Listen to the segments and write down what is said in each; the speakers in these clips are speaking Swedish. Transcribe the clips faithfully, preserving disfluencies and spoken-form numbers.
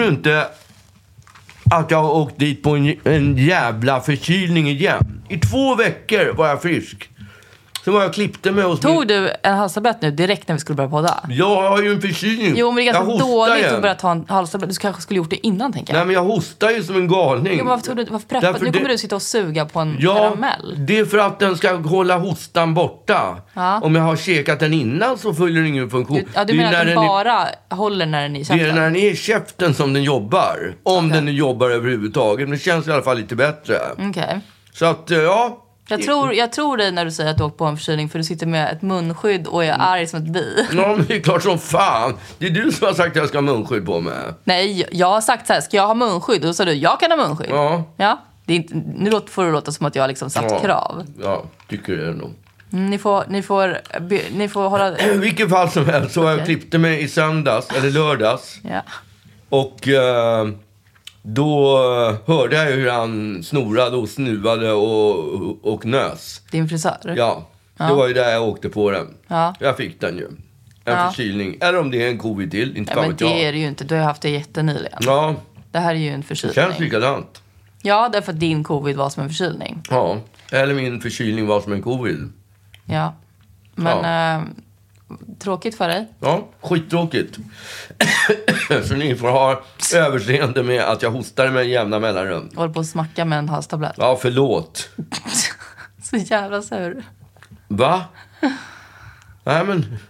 du inte att jag har åkt dit på en, en jävla förkylning igen? I två veckor var jag frisk. Så var jag klippte mig hos Tog min... du en halstablett nu direkt när vi skulle börja podda? Jag har ju en förkylning. Jo, men det är ganska dåligt igen. att börja ta en halstablett. Du kanske skulle gjort det innan, tänker jag. Nej, men jag hostar ju som en galning. Jo, men varför, tog du, varför preppade? Därför Nu kommer det... du sitta och suga på en ja, karamell. Det är för att den ska hålla hostan borta. Ja. Om jag har käkat den innan så fyller den ingen funktion. Du, ja, du det menar att den, den bara är... håller när den är i käften? Det är när den är i käften som den jobbar. Om okay. den nu jobbar överhuvudtaget. Men det känns i alla fall lite bättre. Okej. Okay. Så att, ja... Jag tror, jag tror dig när du säger att du åker på en förkylning, för du sitter med ett munskydd och är arg som ett bi. Ja, men det är klart som fan. Det är du som har sagt att jag ska ha munskydd på mig. Nej, jag har sagt så här, ska jag ha munskydd? Och då sa du, jag kan ha munskydd. Ja. Ja, det är inte, nu får det låta som att jag har liksom satt ja. krav. Ja, tycker det nog. Mm, ni får, ni får, ni får hålla... I vilket fall som helst så okay. jag klippte mig i söndags, eller lördags. Ja. Och... Uh, då hörde jag hur han snorade och snuvade och, och nös. Din frisör? Ja, det ja. var ju där jag åkte på den. Ja. Jag fick den ju. En ja. förkylning. Eller om det är en covid till, inte ja, fan men det jag. är det ju inte. Du har haft det jättenyligen. Ja. Det här är ju en förkylning. Det känns likadant. Ja, därför att din covid var som en förkylning. Ja, eller min förkylning var som en covid. Ja, men... Ja. Äh, tråkigt för dig. Ja, skittråkigt. Så ni får ha överseende med att jag hostar med en jämna mellanrum. Håller på att smacka med en halstablett. Ja, förlåt. Så jävla sur. Va? Nej, men...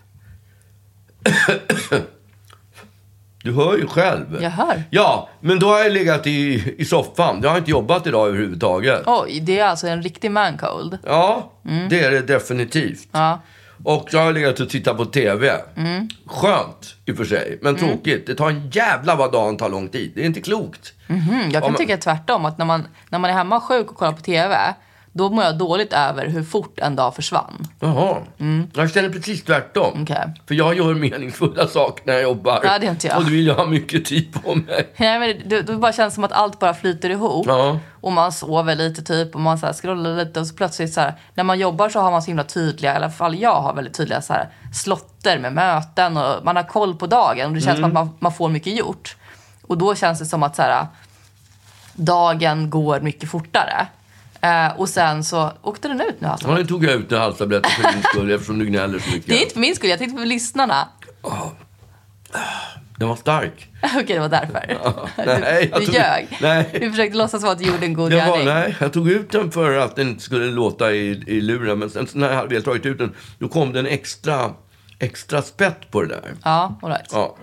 Du hör ju själv. Jag hör. Ja, men då har jag legat i, i soffan. Jag har inte jobbat idag överhuvudtaget. Oj, det är alltså en riktig mancold. Ja, mm. det är det definitivt. Ja. Och jag har legat och tittat på tv. Mm. Skönt i och för sig, men mm. tråkigt. Det tar en jävla vad dagen tar lång tid. Det är inte klokt. Mm-hmm. Jag kan man... tycka tvärtom. Att när man, när man är hemma sjuk och kollar på tv, då mår jag dåligt över hur fort en dag försvann. Jaha, mm. jag känner precis tvärtom. Okay. För jag gör meningsfulla saker när jag jobbar. Ja, det är inte jag. Och då vill jag ha mycket tid på mig. Ja, men det, det bara känns som att allt bara flyter ihop. Ja. Och man sover lite typ. Och man så här scrollar lite. Och så plötsligt så här, när man jobbar så har man så himla tydliga, i alla fall jag har väldigt tydliga så här, slotter med möten. Och man har koll på dagen. Och det känns mm. som att man, man får mycket gjort. Och då känns det som att så här, dagen går mycket fortare. Uh, och sen så åkte den ut nu. Ja, nu tog jag ut en halstablett för din skull eftersom du gnäller så mycket. Det är inte för min skull, jag tänkte för lyssnarna. Oh. Den var stark. Okej, okay, det var därför. Ja, nej, du du tog, ljög. Nej. Du försökte låtsas som att du gjorde en god gärning. var, Nej, jag tog ut den för att den inte skulle låta i, i luren. Men sen när jag hade väl tagit ut den, då kom det en extra, extra spett på det där. Ja, all right. Ja.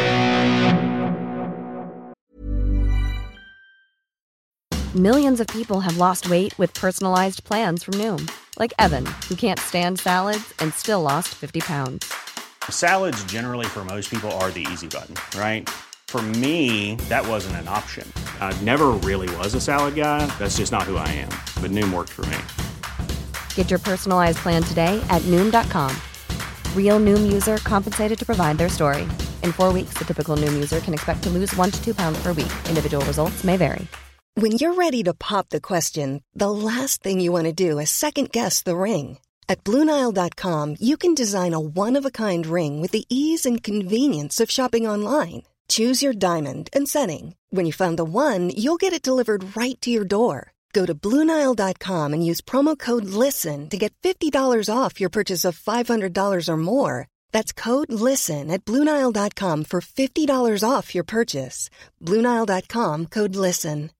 Millions of people have lost weight with personalized plans from Noom. Like Evan, who can't stand salads and still lost fifty pounds. Salads generally for most people are the easy button, right? For me, that wasn't an option. I never really was a salad guy. That's just not who I am. But Noom worked for me. Get your personalized plan today at Noom dot com. Real Noom user compensated to provide their story. In four weeks, the typical Noom user can expect to lose one to two pounds per week. Individual results may vary. When you're ready to pop the question, the last thing you want to do is second-guess the ring. At Blue Nile dot com, you can design a one-of-a-kind ring with the ease and convenience of shopping online. Choose your diamond and setting. When you find the one, you'll get it delivered right to your door. Go to Blue Nile dot com and use promo code LISTEN to get fifty dollars off your purchase of five hundred dollars or more. That's code LISTEN at Blue Nile dot com for fifty dollars off your purchase. Blue Nile dot com, code LISTEN.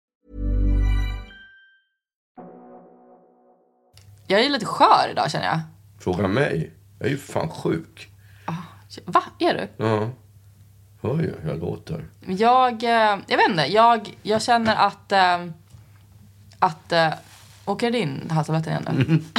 Jag är lite skör idag, känner jag. Fråga mig. Jag är ju fan sjuk. Ah, va? Är du? Ja. Hör ju hur jag låter. Jag, jag vet inte. Jag, jag känner att... Äh, att... Äh, åker din halstabletten igen nu? Mm.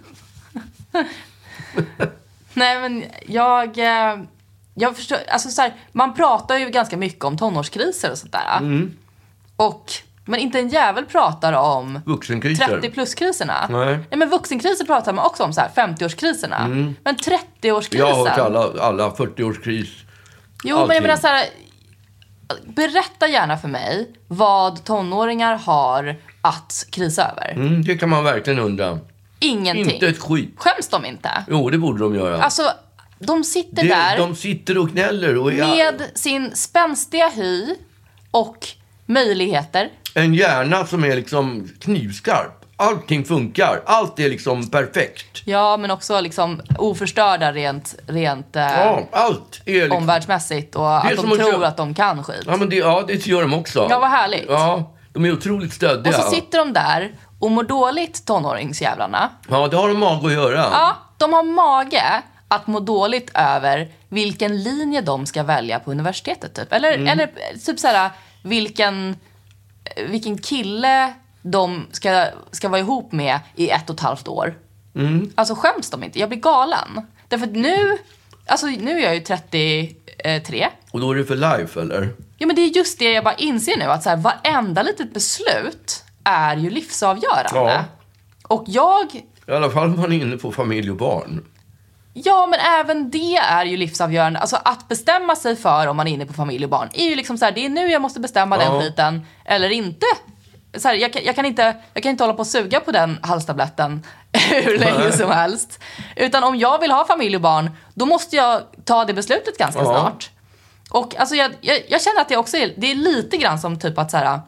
Nej, men jag... Äh, jag förstår... Alltså så här, man pratar ju ganska mycket om tonårskriser och sånt där. Mm. Och... Men inte en jävel pratar om vuxenkriser. trettio-plus-kriserna. Nej. Nej, men vuxenkriser pratar man också om, så här, femtio-årskriserna. Mm. Men trettio-årskrisen... Jag har hört alla, alla fyrtio-årskris. Jo, allting. Men jag menar så här... Berätta gärna för mig vad tonåringar har att krisa över. Mm, det kan man verkligen undra. Ingenting. Inte ett skit. Skäms de inte? Jo, det borde de göra. Alltså, de sitter det, där... De sitter och knäller. Och med jag... sin spänstiga hy... och möjligheter. En hjärna som är liksom knivskarp. Allting funkar. Allt är liksom perfekt. Ja, men också liksom oförstörda rent, rent eh, Ja, allt är liksom... omvärldsmässigt. Och att de som att tror köra- att de kan skit. Ja, men det, ja, det gör de också. Ja, vad härligt. Ja, de är otroligt stöddiga. Och så sitter de där och mår dåligt, tonåringsjävlarna. Ja, det har de mag att göra. Ja, de har mage att må dåligt över vilken linje de ska välja på universitetet typ. Eller, Mm. eller typ såhär, vilken, vilken kille de ska, ska vara ihop med i ett och ett halvt år. Mm. Alltså skäms de inte? Jag blir galen. Därför att nu, alltså nu är jag ju trettiotre. Och då är det för life, eller? Ja, men det är just det jag bara inser nu. Att så här, varenda litet beslut är ju livsavgörande. Ja. Och jag... I alla fall om man är inne på familj och barn. Ja, men även det är ju livsavgörande. Alltså att bestämma sig för om man är inne på familj och barn är ju liksom så här, det är nu jag måste bestämma Ja. den skiten eller inte. Så här, jag, kan- jag, kan inte, jag kan inte hålla på och suga på den halstabletten hur länge som helst. Utan om jag vill ha familj och barn, då måste jag ta det beslutet ganska Ja. snart. Och alltså jag, jag, jag känner att det också är, det är lite grann som typ att så här,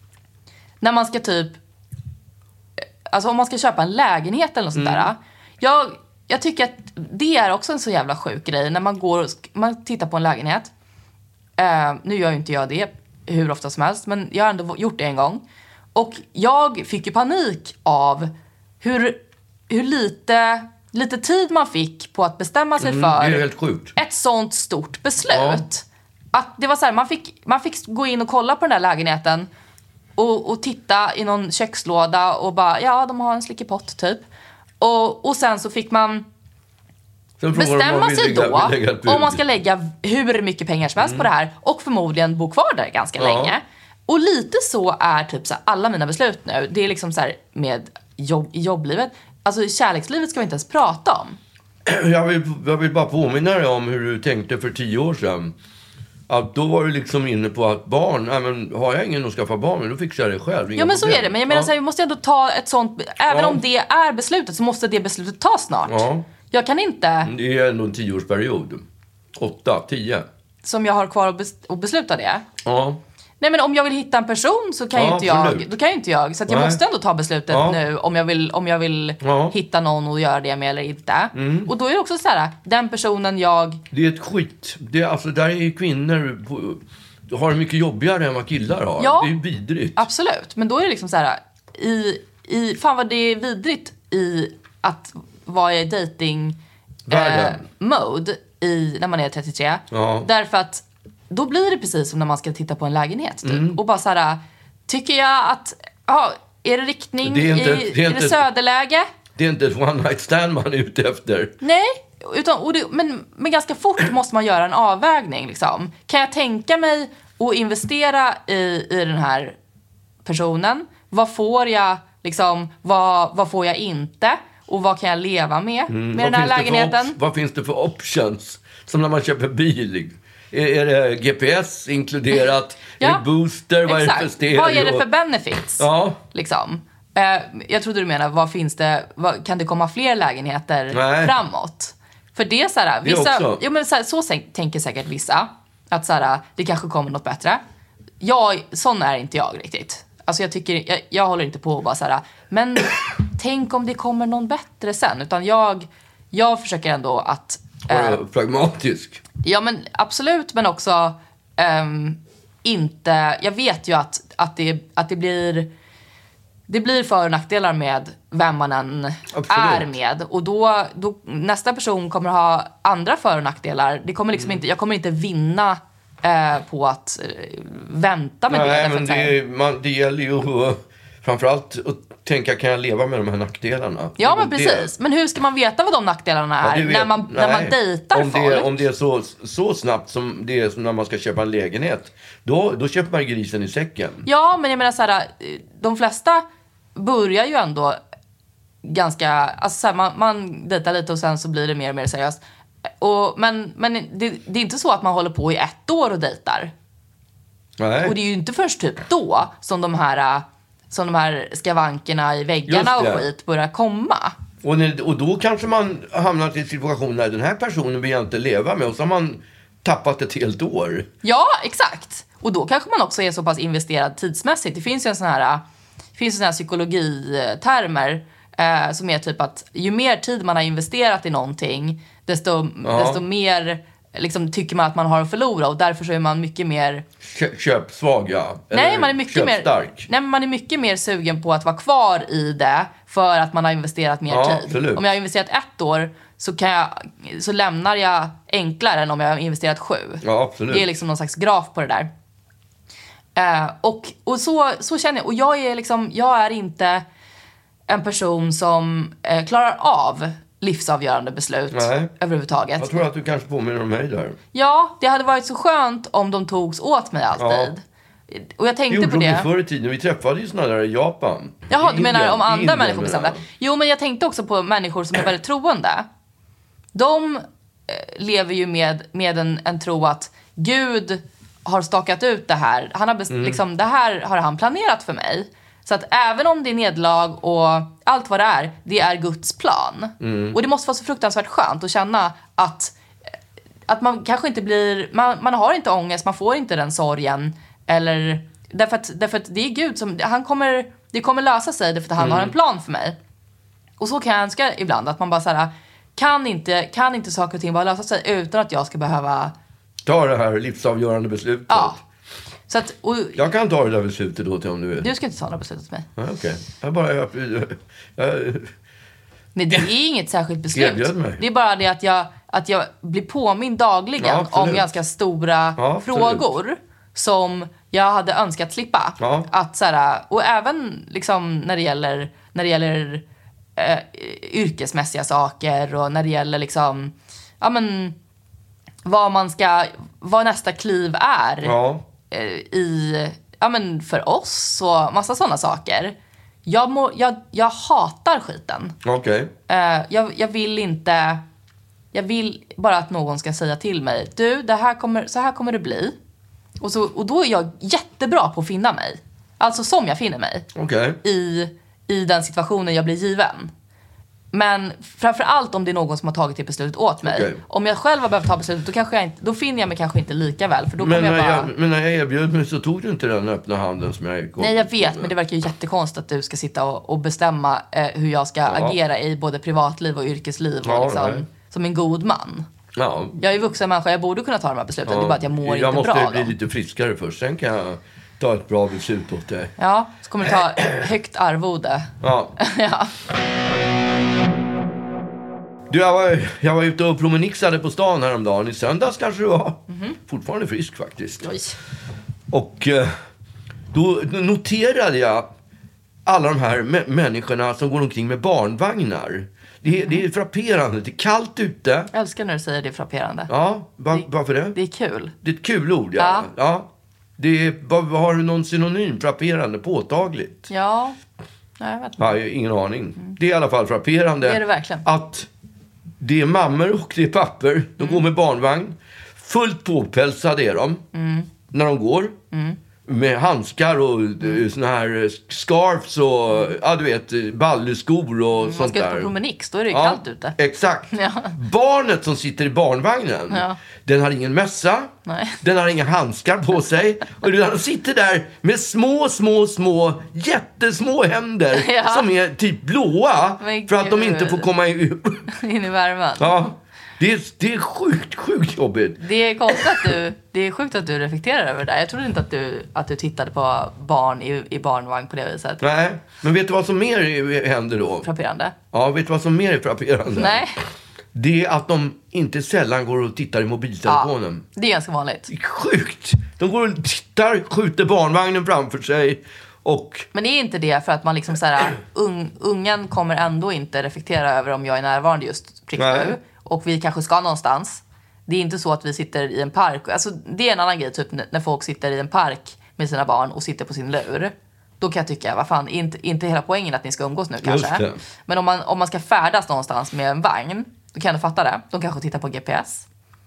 när man ska typ, alltså om man ska köpa en lägenhet eller något sånt där. Jag, jag tycker att det är också en så jävla sjuk grej när man går och sk- man tittar på en lägenhet. Eh, nu gör ju inte jag det hur ofta som helst, men jag har ändå gjort det en gång. Och jag fick ju panik av hur, hur lite, lite tid man fick på att bestämma sig Mm, för det är helt sjukt. ett sånt stort beslut. Att det var så här, man fick, man fick gå in och kolla på den där lägenheten och, och titta i någon kökslåda och bara, ja, de har en slickepott typ. Och, och sen så fick man Sen frågar de om bestämma man vill sig lägga- då vill lägga ett bud. om man ska lägga hur mycket pengar som helst på det här och förmodligen bo kvar där ganska Ja. länge. Och lite så är typ så här, alla mina beslut nu. Det är liksom så här med jobb, i jobblivet. Alltså kärlekslivet ska vi inte ens prata om. Jag vill, jag vill bara påminna dig om hur du tänkte för tio år sedan. Att då var du liksom inne på att barn, nej men har jag ingen att skaffa barn med, då fixar jag det själv. Inga Ja, men så problem. är det. Men jag menar Ja. så här, vi måste ändå ta ett sånt, även Ja. om det är beslutet så måste det beslutet tas snart. Ja. Jag kan inte, Det är ändå en tioårsperiod. Åtta, tio. som jag har kvar att bes- att besluta det. Ja. Nej, men om jag vill hitta en person så kan ju Ja, inte jag, absolut. då kan ju inte jag. Så att jag Nej. måste ändå ta beslutet Ja. nu om jag vill, om jag vill Ja. hitta någon och göra det med eller inte. Mm. Och då är det också så här, den personen jag... Det är ett skit. Det är, alltså, där är ju kvinnor på, har det mycket jobbigare än vad killar har. Ja. Det är vidrigt. Absolut, men då är det liksom så här, i, i, fan vad det är vidrigt i att vara i dating eh, Världen. mode i, när man är trettiotre. Ja. Därför att då blir det precis som när man ska titta på en lägenhet typ. Mm. Och bara så här, tycker jag att, ja, är det riktning Det är inte- i, det är är det inte- söderläge? Det är inte ett one night stand man är ute efter. Nej, utan, och det, men, men ganska fort måste man göra en avvägning. Liksom. Kan jag tänka mig att investera i, i den här personen? Vad får jag, liksom, vad, vad får jag inte? Och vad kan jag leva med med den här Vad finns det för lägenheten? op- vad finns det för options? Som när man köper bil. Är, är det G P S inkluderat? Ja, Är det booster? Vad är det för stereo? Vad är det för benefits? Ja. Liksom. Eh, jag trodde du menade, vad finns det, vad, kan det komma fler lägenheter Nej. framåt? För det är så här, Det vissa, också. jo, men så, här, så sän- tänker säkert vissa. Att så här, det kanske kommer något bättre. Jag, sån är inte jag riktigt. Alltså jag tycker, jag, jag håller inte på och bara så här, men tänk om det kommer någon bättre sen. Utan jag, jag försöker ändå att... Vara eh, pragmatisk. Ja, men absolut, men också ehm, inte... Jag vet ju att, att, det, att det blir... Det blir för- och nackdelar med vem man än Absolut. är med. Och då, då nästa person kommer ha andra för- och nackdelar. Det kommer liksom Mm. inte, jag kommer inte vinna eh, på att eh, vänta med det. Nej, därför men att det, så här- är- man, det gäller ju att, framförallt att tänka, kan jag leva med de här nackdelarna? Ja, Det är men väl precis. det. Men hur ska man veta vad de nackdelarna Ja, är det vet- när, man, när man nej. dejtar om folk? det, om det är så, så snabbt som det är som när man ska köpa en lägenhet, då, då köper man grisen i säcken. Ja, men jag menar så här, de flesta börjar ju ändå ganska, alltså så här, man, man dejtar lite och sen så blir det mer och mer seriöst. Och, men men det, det är inte så att man håller på i ett år och dejtar. Nej. Och det är ju inte först typ då som de här, som de här skavankerna i väggarna Just och det. skit börjar komma. Och, när, och då kanske man hamnar i en situation där den här personen vill jag inte leva med, och så har man tappat ett helt år. Ja, exakt. Och då kanske man också är så pass investerad tidsmässigt. Det finns ju en sån här, det finns sån här psykologitermer eh, som är typ att ju mer tid man har investerat i någonting, desto, ja. desto mer liksom, tycker man att man har att förlora. Och därför så är man mycket mer... Köpsvag, ja. Nej, man är mycket mer, nej, man är mycket mer sugen på att vara kvar i det för att man har investerat mer ja, tid. Absolut. Om jag har investerat ett år så, kan jag, så lämnar jag enklare än om jag har investerat sju. Ja, absolut. Det är liksom någon slags graf på det där. Uh, och och så, så känner jag. Och jag är, liksom, jag är inte en person som uh, klarar av livsavgörande beslut. Nej. Överhuvudtaget. Jag tror att du kanske påminner om mig där. Ja, det hade varit så skönt om de togs åt mig alltid. Ja. Och jag tänkte jo, på det. Förr i tiden, vi träffade ju sådana där i Japan. Jaha, du menar Indien, om andra Indien, människor bestämde? Jo, men jag tänkte också på människor som är väldigt troende. De eh, lever ju med, med en, en tro att Gud har stakat ut det här. Han har best- mm. liksom, det här har han planerat för mig. Så att även om det är nedlag och allt vad det är, det är Guds plan. Mm. Och det måste vara så fruktansvärt skönt att känna att, att man kanske inte blir... Man, man har inte ångest, man får inte den sorgen. Eller, därför, att, därför att det är Gud som... Han kommer, det kommer lösa sig därför att han mm. har en plan för mig. Och så kan jag önska ibland att man bara så här, kan inte, kan inte saker och ting bara lösa sig utan att jag ska behöva... Ta det här livsavgörande beslutet. Ja. Så att, och, jag kan ta det där beslutet då till om du vill. Du ska inte ta några beslut åt mig. Ja, okej. Okay. Jag bara... Jag, jag, Nej, det är inget särskilt beslut. Mig. Det är bara det att jag, att jag blir påmind dagligen ja, om ganska stora ja, frågor som jag hade önskat slippa. Ja. Att, så här, och även liksom, när det gäller, när det gäller eh, yrkesmässiga saker och när det gäller liksom, ja, men, vad man ska, vad nästa kliv är ja. eh, i, ja, men, för oss och massa sådana saker. Jag, må, jag, jag hatar skiten. Okej. Okay. Uh, jag, jag vill inte... Jag vill bara att någon ska säga till mig. Du, det här kommer, så här kommer det bli. Och, så, och då är jag jättebra på att finna mig. Alltså som jag finner mig. Okay. I, I den situationen jag blir given. Men framförallt om det är någon som har tagit det beslutet åt mig. Okay. Om jag själv har behövt ta beslutet, då, kanske jag inte, då finner jag mig kanske inte lika väl. För då men, jag när bara... jag, men när jag erbjöd mig så tog du inte den öppna handen som jag kom. Nej, jag vet, men det verkar ju jättekonstigt att du ska sitta och, och bestämma eh, hur jag ska ja. agera i både privatliv och yrkesliv. Och ja, liksom, som en god man. Ja. Jag är vuxen människa, jag borde kunna ta de här besluten. Ja. Det är bara att jag mår jag inte bra. Jag måste bli då. lite friskare först, sen kan jag ta ett bra beslut åt dig. Ja, så kommer du ta högt arvode. Ja. ja. Du, jag var, jag var ute och promenixade på stan häromdagen. I söndags kanske du var. Mm-hmm. Fortfarande frisk faktiskt. Oj. Och eh, då noterade jag alla de här mä- människorna som går omkring med barnvagnar. Det är, det är frapperande. Det är kallt ute. Jag älskar när du säger det är frapperande. Ja, va, det, varför det? Det är kul. Det är ett kul ord, ja. Ja. ja. Det är, vad, har du någon synonym? Frapperande, påtagligt? Ja, nej, jag vet inte. Nej, ingen aning. Mm. Det är i alla fall frapperande. Det är det verkligen. Att det är mammor och det är papper. De mm. går med barnvagn. Fullt påpälsade är de. Mm. När de går. Mm. Med handskar och mm. såna här scarfs och mm. ja, du vet, balleskor och mm, sånt där. Man ska ut på promenix, då är det ju ja, kallt ute. Exakt. Ja. Barnet som sitter i barnvagnen, ja. den har ingen mössa. Nej. Den har inga handskar på sig. Och den sitter där med små, små, små, jättesmå händer ja. som är typ blåa. Men för att de inte får komma in, in i värmen. Ja. Det är, det är sjukt, sjukt jobbigt. Det är konstigt att du, det är sjukt att du reflekterar över det där. Jag trodde inte att du, att du tittade på barn i, i barnvagn på det viset. Nej, men vet du vad som mer händer då? Frapperande. Ja, vet du vad som mer är frapperande? Nej. Det är att de inte sällan går och tittar i mobiltelefonen. Ja, det är ganska vanligt. Det är sjukt. De går och tittar, skjuter barnvagnen framför sig. Och... Men är inte det för att man liksom så här, un, ungen kommer ändå inte reflektera över om jag är närvarande just prick nu. Och vi kanske ska någonstans. Det är inte så att vi sitter i en park. Alltså, det är en annan grej, typ när folk sitter i en park med sina barn och sitter på sin lur. Då kan jag tycka, vad fan, inte, inte hela poängen att ni ska umgås nu kanske. Men om man, om man ska färdas någonstans med en vagn, då kan du fatta det. De kanske tittar på G P S.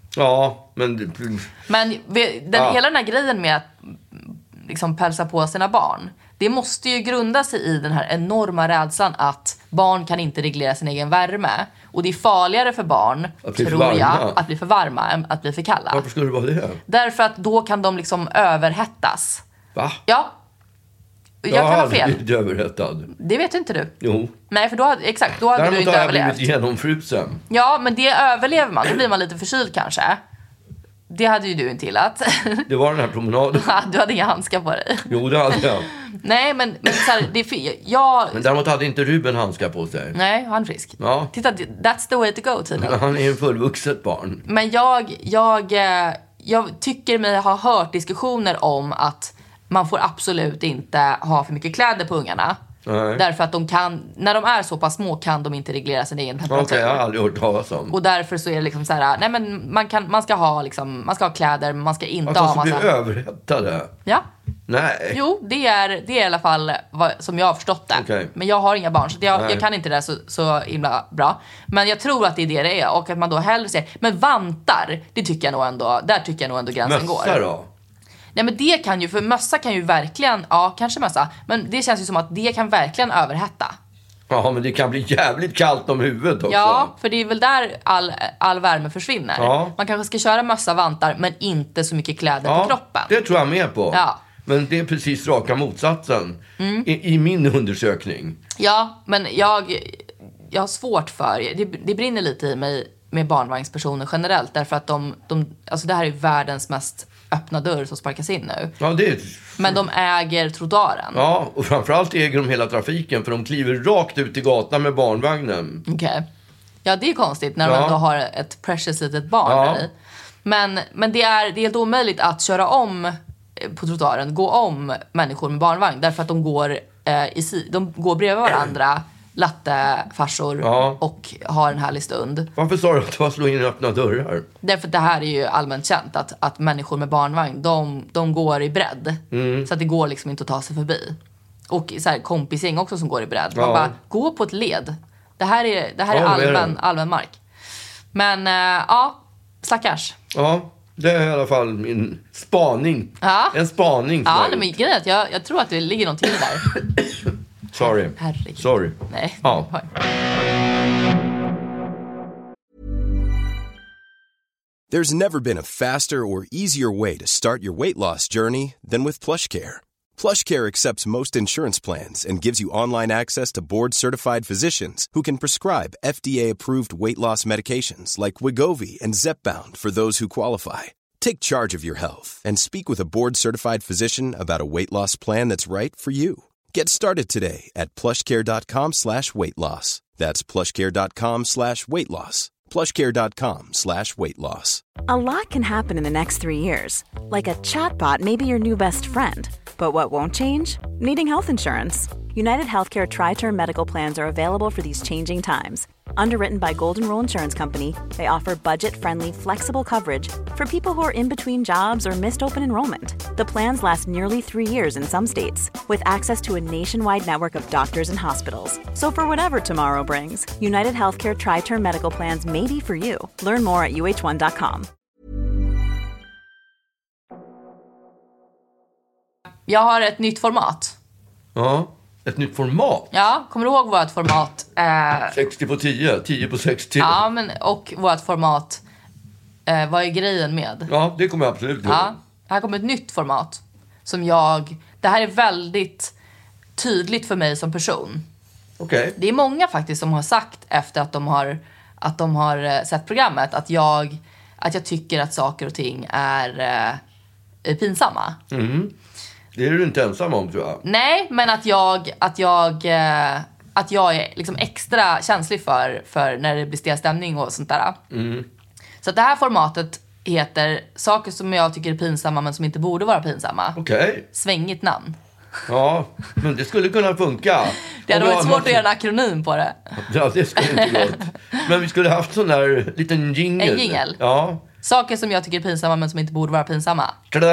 Ja, men... Men den, ja. hela den här grejen med att liksom pälsa på sina barn, det måste ju grunda sig i den här enorma rädslan att barn kan inte reglera sin egen värme. Och det är farligare för barn, att bli tror jag, att bli för varma än att bli för kalla. Varför skulle det vara det? Därför att då kan de liksom överhettas. Va? Ja. Jag, Jag kan har ha aldrig fel. blivit överhettad. Det vet inte du. Jo. Nej, för då hade, exakt, då hade Däremot du inte har jag överlevt. blivit genomfrusen. Ja, men det överlever man. Då blir man lite förkyld kanske. Det hade ju du inte gillat. Det var den här promenaden. Du hade inga handskar på dig. Jo, det hade jag. Nej, men, men så här, det är fel. Jag... Men däremot hade inte Ruben handskar på sig. Nej, han är frisk. Ja. Titta, that's the way to go, Tina. Han är en fullvuxet barn. Men jag, jag, eh, jag tycker mig ha hört diskussioner om att man får absolut inte ha för mycket kläder på ungarna. Nej. Därför att de kan, när de är så pass små kan de inte reglera sin egen temperatur. Okej, okay, jag har aldrig hört talas om. Och därför så är det liksom så här, nej men man, kan, man, ska, ha liksom, man ska ha kläder, men man ska inte att ha de ska massa... bli överhettade? Ja. Nej. Jo, det är, det är i alla fall vad, som jag har förstått det. Okay. Men jag har inga barn, så jag, jag kan inte det så, så himla bra. Men jag tror att det är det det är. Och att man då hellre ser... Men vantar, det tycker jag nog ändå... Där tycker jag nog ändå gränsen går. Mössa då? Nej, men det kan ju... För mössa kan ju verkligen... Ja, kanske mössa. Men det känns ju som att det kan verkligen överhetta. Ja, men det kan bli jävligt kallt om huvudet också. Ja, för det är väl där all, all värme försvinner. Ja. Man kanske ska köra mössa, vantar, men inte så mycket kläder ja, på kroppen. Det tror jag med på. Ja. Men det är precis raka motsatsen mm. i, i min undersökning. Ja, men jag, jag har svårt för... Det, det brinner lite i mig med barnvagnspersoner generellt. Därför att de, de... Alltså det här är världens mest öppna dörr som sparkas in nu. Ja, det är... Men de äger trottoaren. Ja, och framförallt äger de hela trafiken. För de kliver rakt ut i gatan med barnvagnen. Okej. Okay. Ja, det är konstigt när de ja. ändå har ett precious litet barn ja. där i. Men, men det, är, det är helt omöjligt att köra om på trottoaren, gå om människor med barnvagn. Därför att de går, eh, i, de går bredvid varandra, lattefarsor, ja. och har en härlig stund. Varför sa du att det var slå in öppna dörrar? Därför att det här är ju allmänt känt att, att människor med barnvagn, de, de går i bredd. Mm. Så att det går liksom inte att ta sig förbi. Och så här, kompisgäng också som går i bredd. Man ja. bara, gå på ett led. Det här är, det här ja, är allmän, allmän mark. Men äh, ja, stackars. Ja, det är i alla fall min spaning. Ja. En spaning. Ja, nej, men grejen är att jag, jag tror att det ligger någonting där. Sorry. Herregud. Sorry. Nej. Ja. There's never been a faster or easier way to start your weight loss journey than with PlushCare. PlushCare accepts most insurance plans and gives you online access to board-certified physicians who can prescribe F D A-approved weight loss medications like Wegovy and Zepbound for those who qualify. Take charge of your health and speak with a board-certified physician about a weight loss plan that's right for you. Get started today at plushcare.com slash weight loss. That's plushcare.com slash weight loss. plushcare.com slash weight loss. A lot can happen in the next three years. Like a chatbot may be your new best friend. But what won't change? Needing health insurance. United Healthcare Tri-Term Medical Plans are available for these changing times. Underwritten by Golden Rule Insurance Company, they offer budget-friendly, flexible coverage for people who are in between jobs or missed open enrollment. The plans last nearly three years in some states, with access to a nationwide network of doctors and hospitals. So for whatever tomorrow brings, United Healthcare Tri-Term Medical Plans may be for you. Learn more at u h one dot com. Jag har ett nytt format. Ja, ett nytt format. Ja, kommer du ihåg vårt format? Eh, sextio på tio, tio på sextio. ja, men och vårt format, eh, vad är grejen med? Ja, det kommer jag absolut ihåg. Ja, här kommer ett nytt format som jag... Det här är väldigt tydligt för mig som person. Okej. Okay. Det är många faktiskt som har sagt efter att de har, att de har sett programmet att jag, att jag tycker att saker och ting är, är pinsamma. Mm. Det är du inte ensam om, tror jag. Nej, men att jag, att jag, att jag är liksom extra känslig för, för när det blir stel stämning och sånt där. Mm. Så att det här formatet heter saker som jag tycker är pinsamma men som inte borde vara pinsamma. Okej. Okay. Svängigt namn. Ja, men det skulle kunna funka. Det hade varit svårt att göra en akronym på det. Ja, det skulle inte gått. Men vi skulle haft sån där liten jingle. En jingle. Ja. Saker som jag tycker är pinsamma men som inte borde vara pinsamma.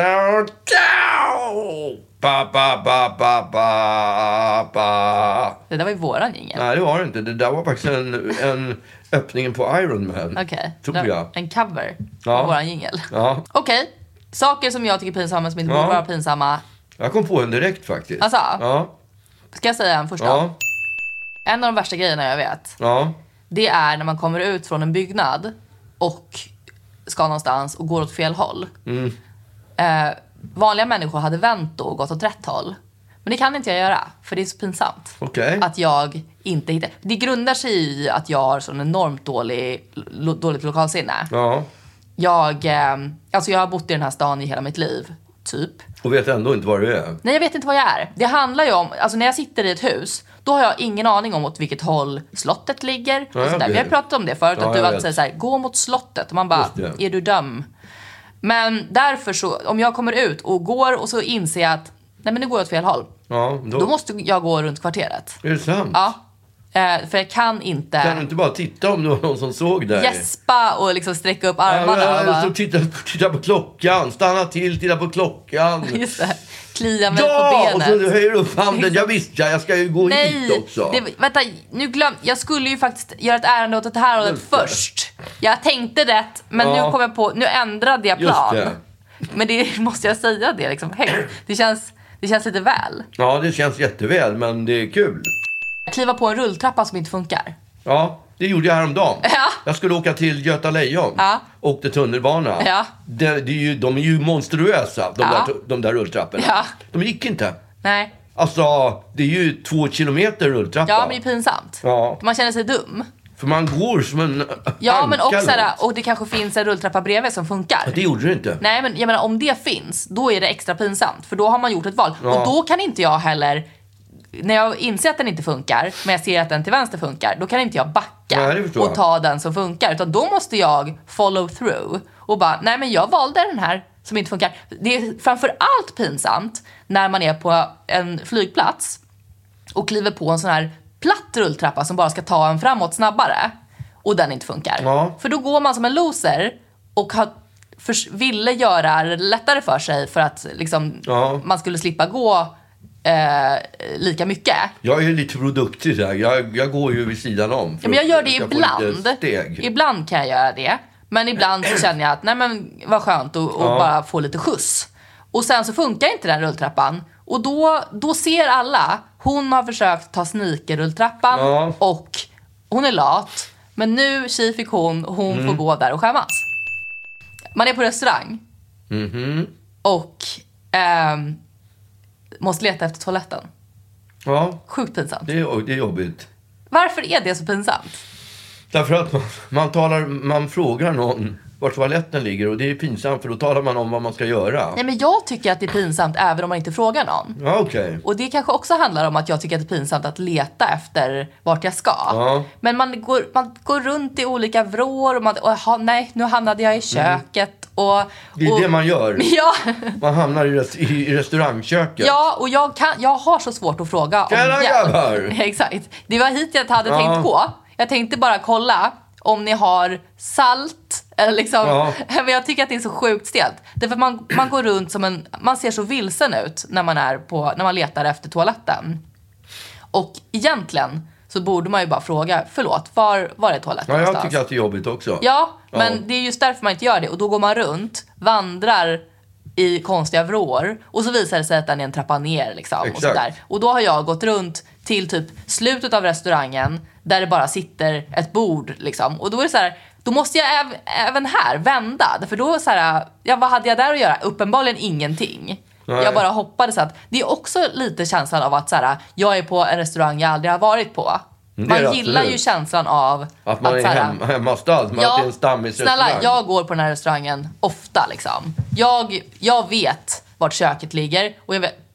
Ba, ba, ba, ba, ba, ba. Det där var ju våran jingle. Nej, det var det inte. Det där var faktiskt en, en öppningen på Iron Man. Okej. Okay. Tror jag. En cover ja. på våran jingle. Ja. Okej. Okay. Saker som jag tycker är pinsamma men som inte ja. borde vara pinsamma. Jag kom på en direkt faktiskt. Alltså? Ja. Ska jag säga en först då? Ja. En av de värsta grejerna jag vet. Ja. Det är när man kommer ut från en byggnad och ska någonstans och går åt fel håll. Mm. Eh, vanliga människor hade vänt då och gått åt rätt håll. Men det kan inte jag göra, för det är så pinsamt. Okej. Att jag inte hittar... Det grundar sig i att jag har sån enormt dålig, lo, dåligt lokalsinne. Ja. Jag, eh, alltså jag har bott i den här stan i hela mitt liv, typ. Och vet ändå inte var du är. Nej, jag vet inte vad jag är. Det handlar ju om... Alltså när jag sitter i ett hus, då har jag ingen aning om åt vilket håll slottet ligger. Och Ja, sådär. Vi har pratat om det förut, ja, att du jag alltid vet. säger så här, gå mot slottet. Och man bara, Just det. är du dum? Men därför så, om jag kommer ut och går och så inser jag att, nej men nu går jag åt fel håll. Ja, då, Då måste jag gå runt kvarteret. är det sant? Ja. Eh, för jag kan inte Kan du inte bara titta om det var någon som såg dig? gäspa och liksom sträcka upp Ja, armarna. ja, och bara, så titta, titta på klockan, stanna till, titta på klockan. just det, klia mig Ja, på och benet. så höjer du upp handen. Jag visste, jag ska ju gå hit Nej, också. det, vänta, nu glöm, jag skulle ju faktiskt göra ett ärende åt det här hållet Just det. först. Jag tänkte rätt, men Ja. nu kom jag på, nu ändrade jag Just plan. det. Men det måste jag säga det liksom högt. Det känns, det känns lite väl. Ja, det känns jätteväl, men det är kul. Kliva på en rulltrappa som inte funkar. Ja, det gjorde jag häromdagen. Ja. Jag skulle åka till Göta Lejon. Ja. Åkte tunnelbana. Ja. Det, det är ju, de är ju monstruösa, de, Ja. där, de där rulltrapporna. Ja. De gick inte. Nej. Alltså, det är ju två kilometer rulltrappa. Ja, men det är pinsamt. Ja. Man känner sig dum. För man går som en Ja, men också anka såhär, långt. och det kanske finns en rulltrappa bredvid som funkar. Det gjorde det inte. Nej, men jag menar, om det finns, då är det extra pinsamt. För då har man gjort ett val. Ja. Och då kan inte jag heller, när jag inser att den inte funkar, men jag ser att den till vänster funkar, då kan inte jag backa Nej, det förstår och jag. ta den som funkar. Utan då måste jag follow through och bara, nej men jag valde den här som inte funkar. Det är framför allt pinsamt när man är på en flygplats och kliver på en sån här platt rulltrappa som bara ska ta en framåt snabbare och den inte funkar. Ja. För då går man som en loser och har, för, ville göra det lättare för sig för att liksom, Ja. man skulle slippa gå eh, lika mycket. Jag är lite produktiv där. Jag, jag går ju vid sidan om. Ja, men jag gör det ska få ibland. lite steg. Ibland kan jag göra det. Men ibland så känner jag att nej men vad skönt att och Ja. bara få lite skjuts. Och sen så funkar inte den rulltrappan. Och då, då ser alla, hon har försökt ta sneakerrulltrappan Ja. och hon är lat. Men nu tji fick hon och hon Mm. får gå där och skämmas. Man är på restaurang Mhm. och ehm, måste leta efter toaletten. Ja, Sjukt pinsamt. det är, det är jobbigt. Varför är det så pinsamt? Därför att man, man, talar, man frågar någon var toaletten ligger och det är pinsamt för då talar man om vad man ska göra. Nej, men jag tycker att det är pinsamt även om man inte frågar någon. Ja, okej. Och det kanske också handlar om att jag tycker att det är pinsamt att leta efter vart jag ska. Ja. Men man går, man går runt i olika vrår och man, och, aha, nej, nu hamnade jag i köket. Och, Det är och, det man gör. Ja, Man hamnar i, rest, i, i restaurangköket. ja och jag, kan, jag har så svårt att fråga om Tjena, hjälp. grabbar! Exakt. Det var hit jag hade Ja. tänkt gå. Jag tänkte bara kolla om ni har salt. Eller liksom, Ja. men jag tycker att det är så sjukt stelt. Därför att man, man går runt som en... Man ser så vilsen ut när man, är på, när man letar efter toaletten. Och egentligen så borde man ju bara fråga, förlåt, var, var är toaletten Ja, jag någonstans? tycker att det är jobbigt också. Ja, men Ja. det är just därför man inte gör det. Och då går man runt, vandrar i konstiga vrår och så visar det sig att den är en trappa ner liksom, och, Exakt. sådär. Och då har jag gått runt till typ slutet av restaurangen där det bara sitter ett bord liksom. Och då är det så här, då måste jag äv- även här vända. För då är så här, ja, vad hade jag där att göra? Uppenbarligen ingenting. Nej. Jag bara hoppades att det är också lite känslan av att så här, jag är på en restaurang jag aldrig har varit på. Det är Man det gillar absolut. ju känslan av Att man är så här, hem, hemmastad, man att det är en stammisrestaurang. snälla, jag går på den här restaurangen ofta liksom. Jag, jag vet vart köket ligger och jag vet...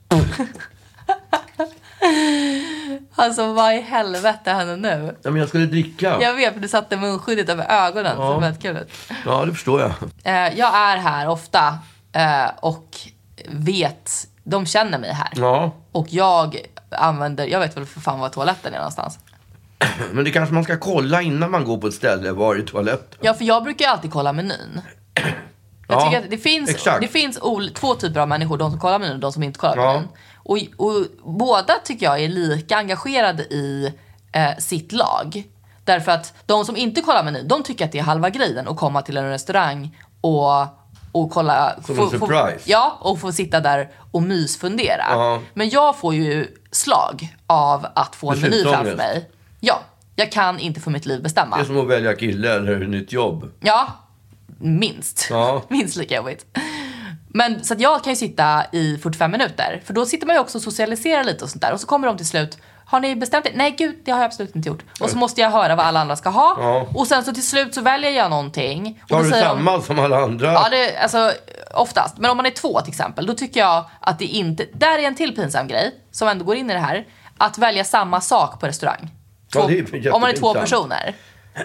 Alltså vad i helvete händer nu? Ja, men jag skulle dricka. Jag vet, för du satte munskyddet över ögonen. Ja. Så väldigt kul ut. Ja, det förstår jag. Eh, jag är här ofta eh, och vet, de känner mig här. Ja, Och jag använder, jag vet väl för fan var toaletten är någonstans. men det kanske man ska kolla innan man går på ett ställe. Var är toaletten? Ja, för jag brukar ju alltid kolla menyn. Jag Ja, tycker att det finns, exakt. det finns ol- två typer av människor. De som kollar menyn och de som inte kollar Ja. menyn. Och, och båda tycker jag är lika engagerade i eh, sitt lag. Därför att de som inte kollar menyn, de tycker att det är halva grejen att komma till en restaurang och, och kolla... Som en surprise. Ja, och få sitta där och mysfundera. Ja. Men jag får ju slag av att få en meny Beslutsångest. framför mig. Ja, jag kan inte för mitt liv bestämma. Det är som att välja kille eller ett nytt jobb. Ja, minst. Ja. Minst lika jobbigt. Men så att jag kan ju sitta i fyrtiofem minuter. För då sitter man ju också och socialiserar lite och sånt där. Och så kommer de till slut. Har ni bestämt det? Nej gud, det har jag absolut inte gjort. Och så måste jag höra vad alla andra ska ha. Ja. Och sen så till slut så väljer jag någonting. Och Har då du säger samma de, som alla andra? Ja, det, alltså oftast. Men om man är två till exempel, då tycker jag att det inte... Där är en till pinsam grej som ändå går in i det här. Att välja samma sak på restaurang. Två, Ja, det är om man är två jättepinsamt. personer.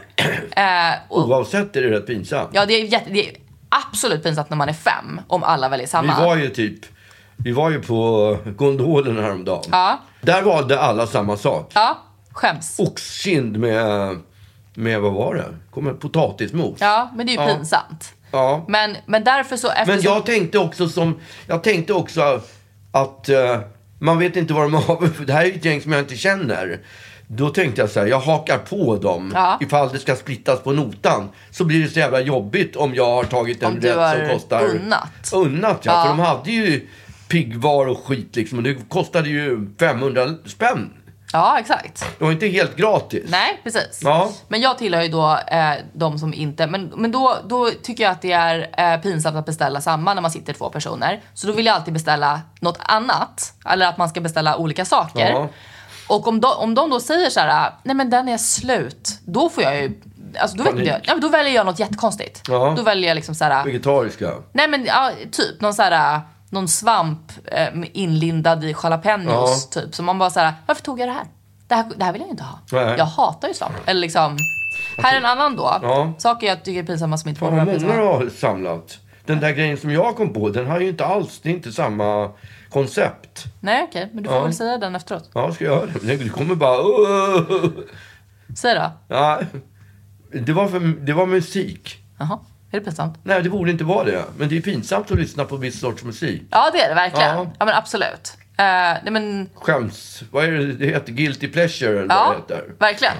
eh, och, Oavsett är det rätt pinsamt. ja, det är, jätte, det är absolut pinsamt när man är fem. Om alla väljer samma. Vi var ju typ... Vi var ju på gondolen häromdagen. Ja. Där valde alla samma sak. Ja, skäms. Oxkind med... Med vad var det? Kommer potatismos. Ja, men det är ju Ja. pinsamt. Ja. Men, men därför så... Eftersom... Men jag tänkte också som... Jag tänkte också att... Uh, man vet inte vad de har... För det här är ju ett gäng som jag inte känner. Då tänkte jag så här, jag hakar på dem. Ja. Ifall det ska splittas på notan. Så blir det så jävla jobbigt om jag har tagit en Om du rätt har som kostar... unnat. Unnat, ja. Ja. För de hade ju piggvar och skit liksom. Och det kostade ju femhundra spänn. Ja, exakt. Det var inte helt gratis. Nej, precis. Ja. Men jag tillhör ju då eh, de som inte... Men, men då, då tycker jag att det är eh, pinsamt att beställa samma när man sitter två personer. Så då vill jag alltid beställa något annat. Eller att man ska beställa olika saker. Ja. Och om de, om de då säger så här, nej men den är slut. Då får jag ju... Alltså då, vet Panik. jag, ja, men då väljer jag något jättekonstigt. Ja. Då väljer jag liksom så här... Vegetariska. Nej men ja, typ någon så här... Någon svamp eh, inlindad i jalapenos typ. Så man bara så här, varför tog jag det här? Det här, det här vill jag ju inte ha. Nej. Jag hatar ju svamp. Eller liksom... Här är en annan då. Ja. Saker jag tycker är pinsamma som inte får Fan vara vad många pinsamma. du har samlat. Den där grejen som jag kom på, den har ju inte alls, det är inte samma koncept. Nej okej, men du får Ja. väl säga den efteråt. Ja, ska jag göra det? Du kommer bara... Uh, Säg då. ja, det, var för, det var musik. Jaha, är det pinsamt? Nej, det borde inte vara det. Men det är pinsamt att lyssna på viss sorts musik. Ja det är det verkligen. Ja. Ja, men absolut. Uh, nej men... Skäms. Vad är det? Det heter Guilty Pleasure eller vad Ja, det heter. verkligen.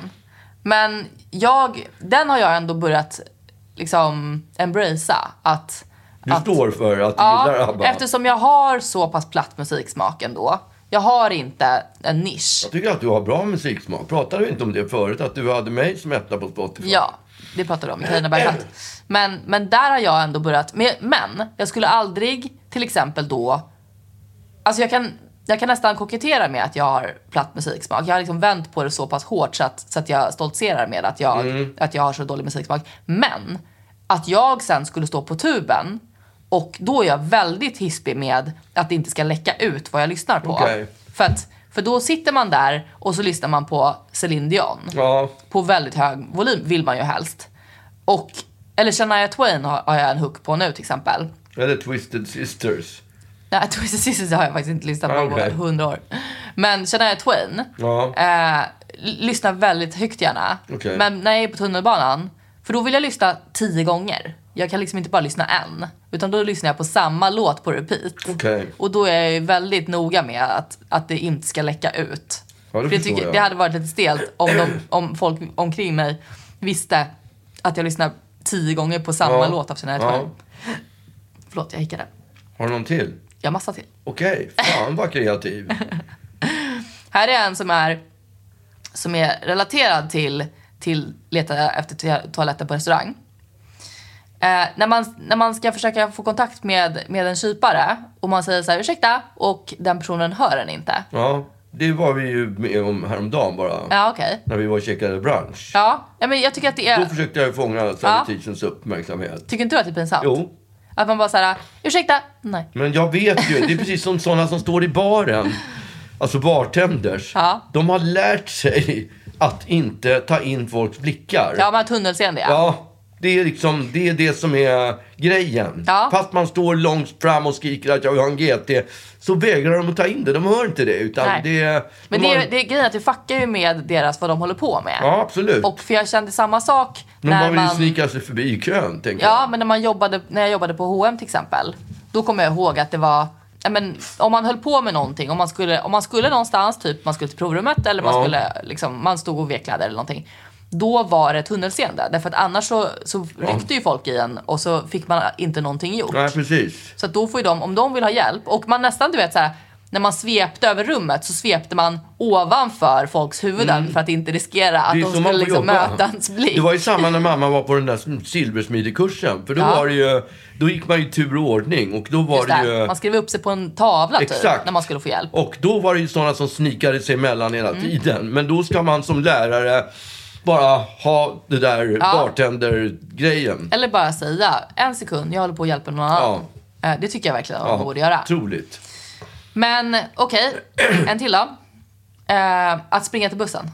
Men jag... Den har jag ändå börjat liksom embracea. Att... Du att, står för att du gillar Ja, ABBA. eftersom jag har så pass platt musiksmak ändå. Jag har inte en nisch. Jag tycker att du har bra musiksmak. Pratade vi inte om det förut? Att du hade mig som etta på Spotify? Ja, det pratade vi om i Carina Berghatt. Men, men där har jag ändå börjat. Men, men jag skulle aldrig till exempel då... Alltså jag kan, jag kan nästan kokettera med att jag har platt musiksmak. Jag har liksom vänt på det så pass hårt så att, så att jag stoltserar med att jag, Mm. att jag har så dålig musiksmak. Men att jag sen skulle stå på tuben och då är jag väldigt hispig med att det inte ska läcka ut vad jag lyssnar på. Okej. För, att, för då sitter man där och så lyssnar man på Celine Dion. Ja. På väldigt hög volym vill man ju helst. Och, eller Shania Twain har, har jag en hook på nu till exempel. Eller Twisted Sisters. Nej, Twisted Sisters har jag faktiskt inte lyssnat på Okay. på hundra år. Men Shania Twain Ja. eh, lyssnar väldigt högt gärna. Okej. Men när jag är på tunnelbanan, för då vill jag lyssna tio gånger. Jag kan liksom inte bara lyssna en. Utan då lyssnar jag på samma låt på repeat. Okej. Och då är jag ju väldigt noga med att, att det inte ska läcka ut. Ja, det För jag förstår tycker, jag. det hade varit lite stelt om, de, om folk omkring mig visste att jag lyssnar tio gånger på samma Ja. låt av Shania Ja. Twain. Förlåt, jag hickade. Har du någon till? Jag har massa till. Okej, fan vad kreativ. Här är en som är, som är relaterad till, till leta efter to- toaletten på restaurang. Eh, när, man, när man ska försöka få kontakt med, med en kypare och man säger så här, ursäkta, och den personen hör en inte. Ja, det var vi ju med om häromdagen bara. Ja, okej. När vi var och käkade brunch. Ja, ja, men jag tycker att det Då är... försökte jag fånga servitricens uppmärksamhet. Tycker inte du att det är pinsamt? Jo. Att man bara såhär, ursäkta? Nej. Men jag vet ju, det är precis som sådana som står i baren. Alltså bartenders. Ja. De har lärt sig att inte ta in folks blickar. Ja, man har tunnelseende, ja. Ja, det är liksom det, är det som är grejen. Ja. Fast man står långt fram och skriker att jag vill ha en G T, så vägrar de att ta in det. De hör inte det. Utan Nej. det Men de det har- är, det är grejen att det fuckar ju med deras, vad de håller på med. Ja, absolut. Och för jag kände samma sak de när bara vill man... snika sig förbi i kön, tänker Ja, jag. men när, man jobbade, när jag jobbade på H och M till exempel. Då kommer jag ihåg att det var... Ja, men, om man höll på med någonting, om man skulle, om man skulle någonstans, typ man skulle till provrummet eller man Ja. skulle liksom, man stod och veklade eller någonting. Då var det tunnelseende. Därför att annars så, så ryckte ju folk i en och så fick man inte någonting gjort. Nej, precis. Så att då får ju de, om de vill ha hjälp, och man nästan, du vet så här, när man svepte över rummet så svepte man ovanför folks huvuden mm. för att inte riskera att de skulle liksom möta ens blick. Det var ju samma när mamma var på den där silversmidekursen. För då ja. var det ju, då gick man ju tur och ordning. Och då var det ju... Man skrev upp sig på en tavla typ, när man skulle få hjälp. Och då var det ju sådana som snikade sig emellan hela mm. tiden. Men då ska man som lärare bara ha det där ja. bartender-grejen. Eller bara säga, en sekund, jag håller på att hjälpa någon annan. Ja. Det tycker jag verkligen att man ja. borde göra. Troligt. Men okej, okay. en till då. Eh, att springa till bussen.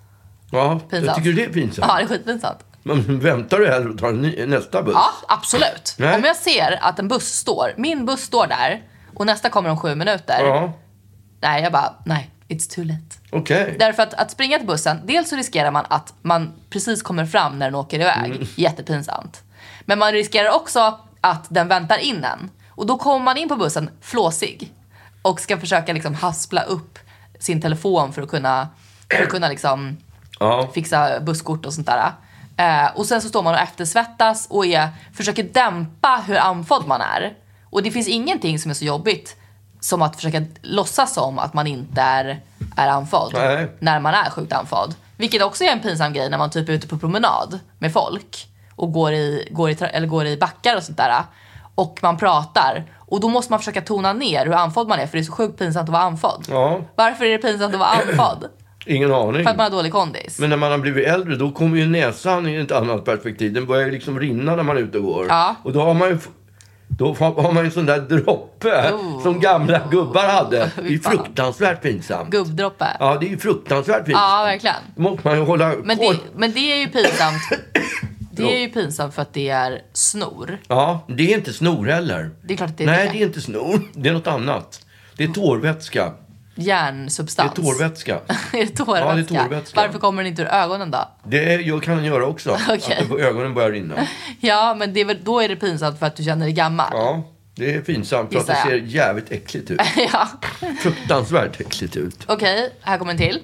Ja, pinsamt. Jag tycker det är pinsamt. Ja, det är skitpinsamt. Men väntar du hellre och tar ny, nästa buss? Ja, absolut. Nej. Om jag ser att en buss står, min buss står där och nästa kommer om sju minuter. Ja. Nej, jag bara, nej, it's too late. Okej. Okay. Därför att, att springa till bussen, dels så riskerar man att man precis kommer fram när den åker iväg. Mm. Jättepinsamt. Men man riskerar också att den väntar in en. Och då kommer man in på bussen flåsig. Och ska försöka liksom haspla upp sin telefon för att kunna, för att kunna liksom ja. fixa busskort och sånt där. Eh, och sen så står man och eftersvettas och är, försöker dämpa hur andfådd man är. Och det finns ingenting som är så jobbigt som att försöka låtsas som att man inte är, är andfådd. Nej. När man är sjukt andfådd. Vilket också är en pinsam grej när man typ är ute på promenad med folk. Och går i, går i, eller går i backar och sånt där. Och man pratar. Och då måste man försöka tona ner hur andfådd man är. För det är så sjukt pinsamt att vara andfådd. Ja. Varför är det pinsamt att vara andfådd? Ingen aning. För att man har dålig kondis. Men när man har blivit äldre, då kommer ju näsan i ett annat perspektiv. Den börjar liksom rinna när man är ute och går. Ja. Och då har man ju, då har man ju en sån där droppe oh. som gamla gubbar hade. Det är fruktansvärt pinsamt. Gubbdroppe. Ja, det är ju fruktansvärt pinsamt. Ja, verkligen. Då måste man ju hålla men det, men det är ju pinsamt. Det är ju pinsamt för att det är snor. Ja, det är inte snor heller. Det är klart att det är Nej, det. det är inte snor. Det är något annat. Det är tårvätska. Järnsubstans. Det är tårvätska. är det tårvätska? Ja, det är tårvätska. Varför kommer den inte ur ögonen då? Det är, kan den göra också. Okay. Att det, ögonen börjar rinna. Ja, men det är väl, då är det pinsamt för att du känner dig gammal. Ja, det är pinsamt för att det ser jävligt äckligt ut. Ja. Fruktansvärt äckligt ut. Okej, okay, här kommer en till.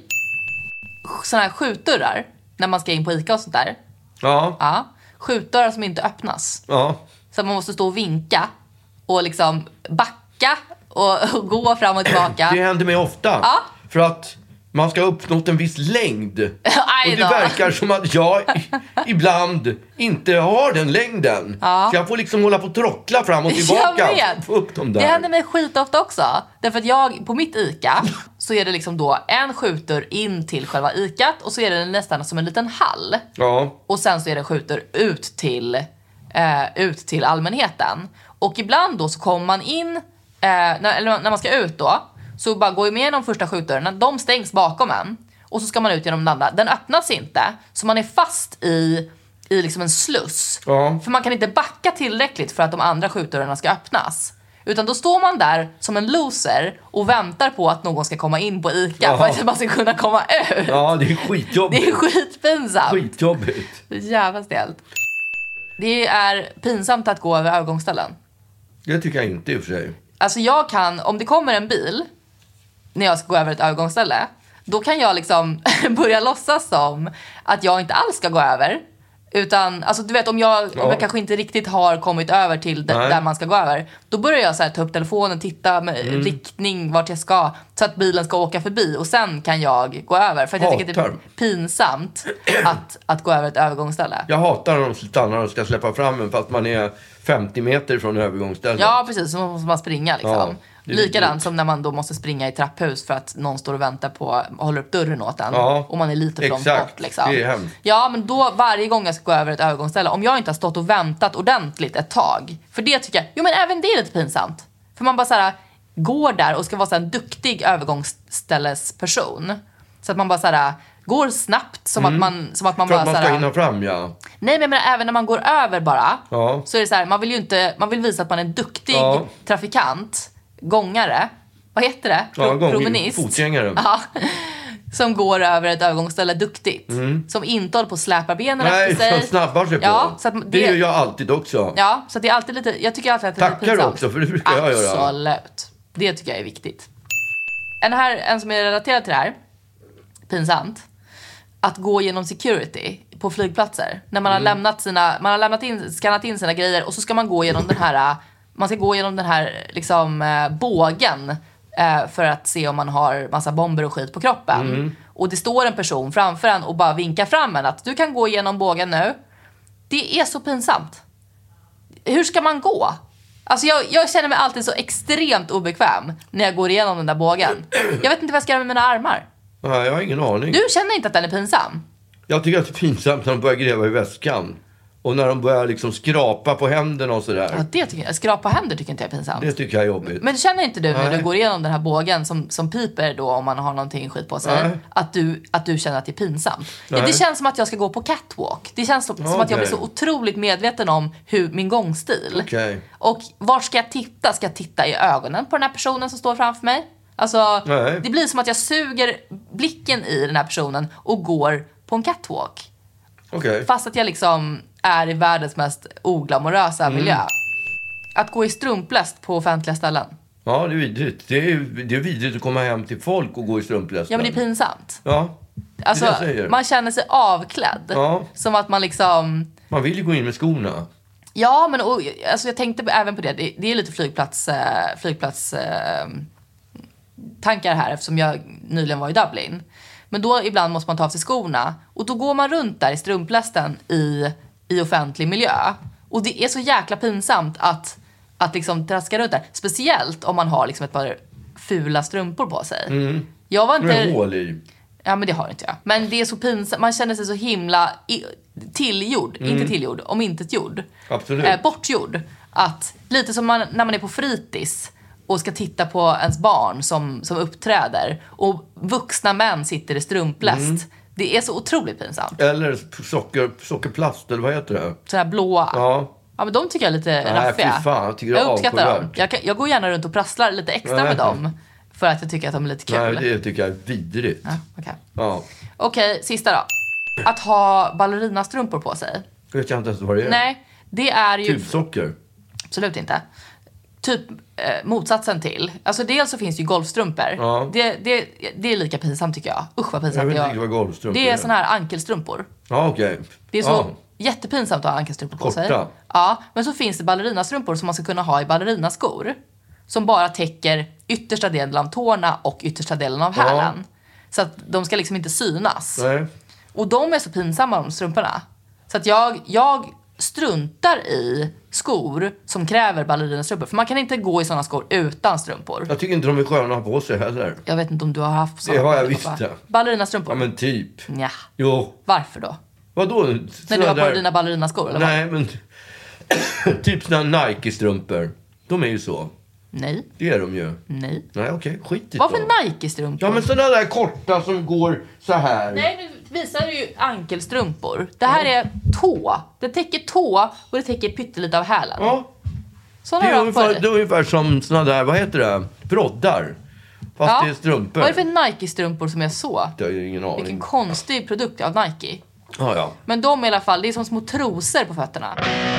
Såna här skjutdörrar, när man ska in på Ica och sånt där. Ja. Ja. Skjutdörrar som inte öppnas. Ja. Så man måste stå och vinka och liksom backa och, och gå fram och tillbaka. Det händer mig ofta. Ja. För att man ska ha uppnått en viss längd. Och det verkar som att jag ibland inte har den längden. Ja. Så jag får liksom hålla på och trockla fram och tillbaka. Jag vet. Få upp dem där. Det händer mig skitofta också. Därför att jag, på mitt Ica, så är det liksom då en skjutdörr in till själva Icat. Och så är det nästan som en liten hall. Ja. Och sen så är det skjutdörr ut till, eh, ut till allmänheten. Och ibland då så kommer man in, eh, när, eller när man ska ut då. Så bara går med de första skjutdörrarna. De stängs bakom en. Och så ska man ut genom den andra. Den öppnas inte. Så man är fast i, i liksom en sluss. Ja. För man kan inte backa tillräckligt för att de andra skjutdörrarna ska öppnas. Utan då står man där som en loser och väntar på att någon ska komma in på Ica. Ja. För att man ska kunna komma ut. Ja, det är skitjobbigt. Det är skitpinsamt. Skitjobbigt. Det är jävla stelt. Det är pinsamt att gå över övergångsställen. Det tycker jag inte i och för sig. Alltså jag kan, om det kommer en bil när jag ska gå över ett övergångsställe, då kan jag liksom börja låtsas som att jag inte alls ska gå över. Utan, alltså du vet, om jag, ja. om jag kanske inte riktigt har kommit över till d- där man ska gå över, då börjar jag så här, ta upp telefonen, titta med mm. riktning vart jag ska, så att bilen ska åka förbi. Och sen kan jag gå över. För att jag hatar. tycker att det är pinsamt att, att gå över ett övergångsställe. Jag hatar när de stannar och ska släppa fram en fast man är femtio meter från övergångsstället. Ja, precis. Så måste man springa liksom. Ja. Likadant som när man då måste springa i trapphus för att någon står och väntar på, håller upp dörren åt en. Ja, och man är lite för långt bort liksom. Det är hemskt. Ja, men då varje gång jag ska gå över ett övergångsställe, om jag inte har stått och väntat ordentligt ett tag, för det tycker jag, jo men även det är lite pinsamt. För man bara så här går där och ska vara så här en duktig övergångsställesperson. Så att man bara så här går snabbt som mm. att man som att man för bara att man så ska här, hinna fram, ja. Nej, men, men även när man går över bara, ja. så är det så här, man vill ju inte, man vill visa att man är en duktig ja. trafikant, gångare. Vad heter det? Pro- ja, gång, promenist. Fotgängare. Ja. Som går över ett övergångsställe duktigt. Mm. Som inte håller på att släpa benen Nej, efter sig. som snabbar sig på. Ja, så att det, det gör jag alltid också. Ja, så att det är alltid lite, jag tycker alltid att det är lite pinsamt. Tackar också, för det brukar jag göra. Absolut. Det tycker jag är viktigt. En, här, en som är relaterad till det här. Pinsamt. Att gå genom security på flygplatser. När man har mm. lämnat sina, man har lämnat in, skannat in sina grejer och så ska man gå genom den här, man ska gå genom den här liksom bågen eh, för att se om man har massa bomber och skit på kroppen. Mm. Och det står en person framför en och bara vinkar fram en att du kan gå igenom bågen nu. Det är så pinsamt. Hur ska man gå? Alltså jag, jag känner mig alltid så extremt obekväm när jag går igenom den där bågen. Jag vet inte vad jag ska göra med mina armar. Nej, jag har ingen aning. Du känner inte att den är pinsam? Jag tycker att det är pinsamt när de börjar gräva i väskan. Och när de börjar liksom skrapa på händerna och sådär. Ja, det tycker jag. Skrapa på händer tycker inte jag är pinsamt. Det tycker jag är jobbigt. Men känner inte du när Nej. du går igenom den här bågen som, som piper då om man har någonting skit på sig, att du, att du känner att det är pinsamt? Ja, det känns som att jag ska gå på catwalk. Det känns som, okay. som att jag blir så otroligt medveten om hur min gångstil. Okay. Och var ska jag titta? Ska jag titta i ögonen på den här personen som står framför mig? Alltså, Nej. det blir som att jag suger blicken i den här personen och går på en catwalk. Okay. Fast att jag liksom är i världens mest oglamorösa mm. miljö. Att gå i strumpläst på offentliga ställen. Ja, det är vidrigt. Det är, det är vidrigt att komma hem till folk och gå i strumpläst. Ja, men det är pinsamt. Ja, det alltså, är det jag säger. Man känner sig avklädd. Ja. Som att man liksom... Man vill ju gå in med skorna. Ja, men och, alltså, jag tänkte även på det. Det, det är lite flygplats... Eh, flygplats eh, tankar här eftersom jag nyligen var i Dublin. Men då ibland måste man ta av sig skorna. Och då går man runt där i strumplästen i, i offentlig miljö. Och det är så jäkla pinsamt att, att liksom traska runt där. Speciellt om man har liksom ett par fula strumpor på sig. Mm. Jag var inte... Med hål i. Ja, men det har inte jag. Men det är så pinsamt. Man känner sig så himla i, tillgjord. Mm. Inte tillgjord, om inte gjord. Absolut. Eh, bortgjord. Att lite som man, när man är på fritids och ska titta på ens barn som, som uppträder. Och vuxna män sitter i strumpläst. Mm. Det är så otroligt pinsamt. Eller socker, sockerplast, eller vad heter det? Sådana här blåa. Ja. Ja, men de tycker jag är lite Nej, raffiga. fy fan, jag tycker jag det är uppskattar dem. avskyvärt. Jag, kan, jag går gärna runt och prasslar lite extra Nej. med dem. För att jag tycker att de är lite kul. Nej, det tycker jag är vidrigt. Ja, okej. Ja. Okej, sista då. Att ha ballerinastrumpor på sig. Jag vet jag inte ens vad det är. Nej, det är ju... Tubsocker. Absolut inte. Typ eh, motsatsen till. Alltså dels så finns det ju golfstrumpor. Ja. Det, det, det är lika pinsamt tycker jag. Usch vad pinsamt Jag vet det inte vad golfstrumpor Det är är. såna här ankelstrumpor. Ja, okej. Okay. Det är så ja. jättepinsamt att ha ankelstrumpor på Korta. sig. Ja, men så finns det ballerinastrumpor som man ska kunna ha i ballerinaskor. Som bara täcker yttersta delen av tårna och yttersta delen av hälen. Ja. Så att de ska liksom inte synas. Nej. Och de är så pinsamma, de strumporna. Så att jag, jag struntar i skor som kräver ballerinastrumpor. För man kan inte gå i sådana skor utan strumpor. Jag tycker inte de är sköna att ha på sig heller. Jag vet inte om du har haft sådana. Det har jag visst. Ballerinastrumpor? Ja, men typ. Ja. Jo. Varför då? Vadå? När du har på dig dina ballerinaskor, eller Nej, vad? men... typ sådana Nike-strumpor. De är ju så. Nej. Det är de ju. Nej. Nej, okej. Okay. Skit i Varför dem. Nike-strumpor? Ja, men sådana där korta som går så här. Nej, nu visar du ju ankelstrumpor. Det här ja. är tå. Det täcker tå och det täcker pyttelite av hälen. Ja. Såna det, är är ungefär, det är ungefär som såna där, vad heter det? Broddar. Fast ja. det är strumpor. Vad är det för Nike-strumpor som är så? Det har jag ingen aning. Vilken konstig produkt av Nike. Ja, ja. Men de i alla fall, det är som små trosor på fötterna.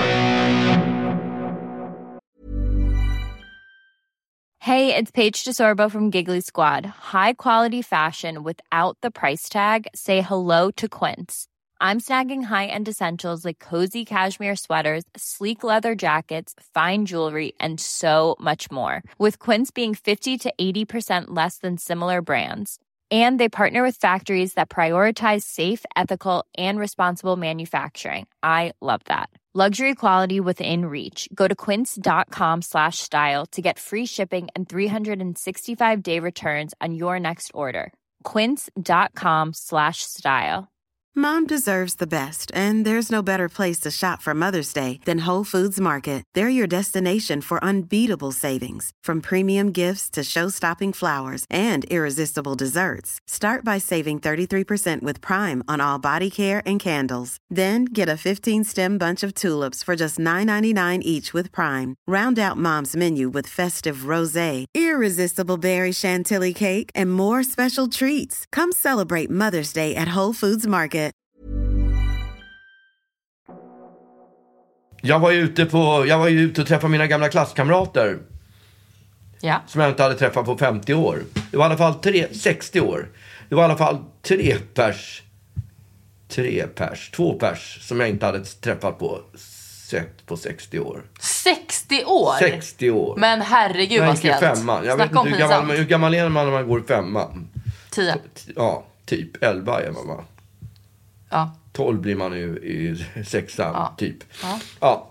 Hey, it's Paige DeSorbo from Giggly Squad. High quality fashion without the price tag. Say hello to Quince. I'm snagging high-end essentials like cozy cashmere sweaters, sleek leather jackets, fine jewelry, and so much more. With Quince being fifty to eighty percent less than similar brands. And they partner with factories that prioritize safe, ethical, and responsible manufacturing. I love that. Luxury quality within reach. Go to quince.com slash style to get free shipping and three sixty-five day returns on your next order. Quince.com slash style. Mom deserves the best, and there's no better place to shop for Mother's Day than Whole Foods Market. They're your destination for unbeatable savings, from premium gifts to show-stopping flowers and irresistible desserts. Start by saving thirty-three percent with Prime on all body care and candles. Then get a fifteen-stem bunch of tulips for just nine ninety-nine each with Prime. Round out Mom's menu with festive rosé, irresistible berry chantilly cake, and more special treats. Come celebrate Mother's Day at Whole Foods Market. Jag var ju ute på jag var ju ute och träffade mina gamla klasskamrater. Ja. Som jag inte hade träffat på femtio år. Det var i alla fall tre, sextio år. Det var i alla fall tre pers. Tre pers. Två pers som jag inte hade träffat på sett på sextio år. sextio år? sextio år. Men herregud vad snällt. Femman. Jag vet inte hur gammal, hur gammal är man när man går i femman? tio. Ja, typ. elva är man, va? Ja. tolv blir man ju i sexan, ja. typ. Ja. ja.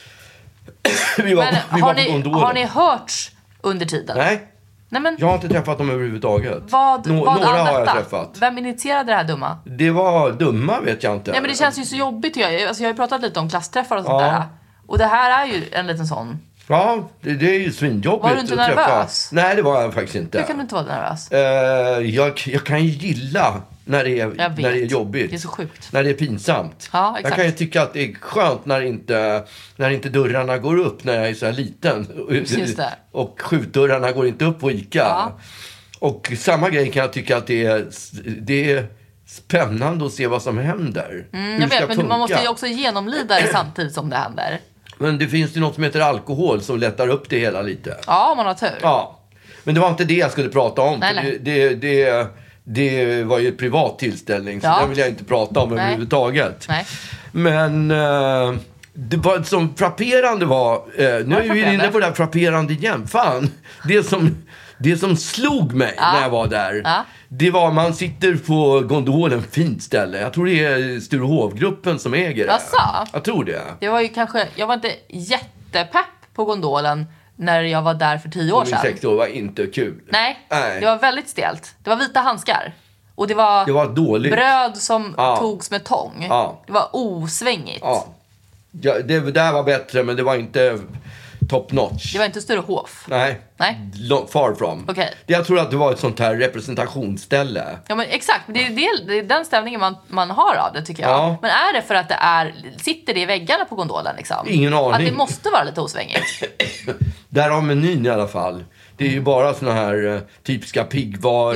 vi var, men, vi har, var ni, har ni hört under tiden? Nej. Nej men, jag har inte träffat dem överhuvudtaget. Vad, Nå- vad några har jag detta? träffat. Vem initierade det här dumma? Det var dumma, vet jag inte. Nej men det känns ju så jobbigt. Jag, alltså, jag har ju pratat lite om klassträffar och sånt ja. där. Och det här är ju en liten sån. Ja, det, det är ju svinjobbigt. Var du inte att nervös? Träffa. Nej, det var jag faktiskt inte. Hur kan du inte vara nervös? Uh, jag, jag kan ju gilla när det, är, när det är jobbigt. Det är så sjukt. När det är pinsamt. Ja, exakt. Jag kan ju tycka att det är skönt när inte, när inte dörrarna går upp när jag är så här liten. Just det. Och skjutdörrarna går inte upp på Ica. Ja. Och samma grej kan jag tycka att det är, det är spännande att se vad som händer. Mm, jag vet, men funka. Man måste ju också genomlida det samtidigt som det händer. Men det finns ju något som heter alkohol som lättar upp det hela lite. Ja, om man har tur. Ja, men det var inte det jag skulle prata om. Nej, för nej. Det, det, det, det var ju ett privat tillställning, så ja. det vill jag inte prata om nej. överhuvudtaget. Nej. Men uh, det var, som frapperande var, uh, nu är vi inne på det här frapperande igen. Fan, det som, det som slog mig ja. när jag var där, ja. det var man sitter på gondolen, fint ställe. Jag tror det är Sturehovgruppen som äger det. Asså? Jag tror det. Det var ju kanske, jag var inte jättepepp på gondolen när jag var där för tio år sedan. sex år var inte kul. Nej, Nej, det var väldigt stelt. Det var vita handskar. Och det var, det var dåligt. Bröd som ja. togs med tång. Ja. Det var osvängigt. Ja. Ja, det där var bättre, men det var inte top notch. Det var inte Sturehof. Nej. Nej. Far from. Okay. Jag tror att det var ett sånt här representationsställe. Ja, men exakt. Det är, det, det är den stämningen man, man har av det, tycker jag. Ja. Men är det för att det är, sitter det i väggarna på gondolen liksom? Ingen aning. Att det måste vara lite osvängigt? Där har menyn i alla fall. Det är ju bara såna här uh, typiska piggvar,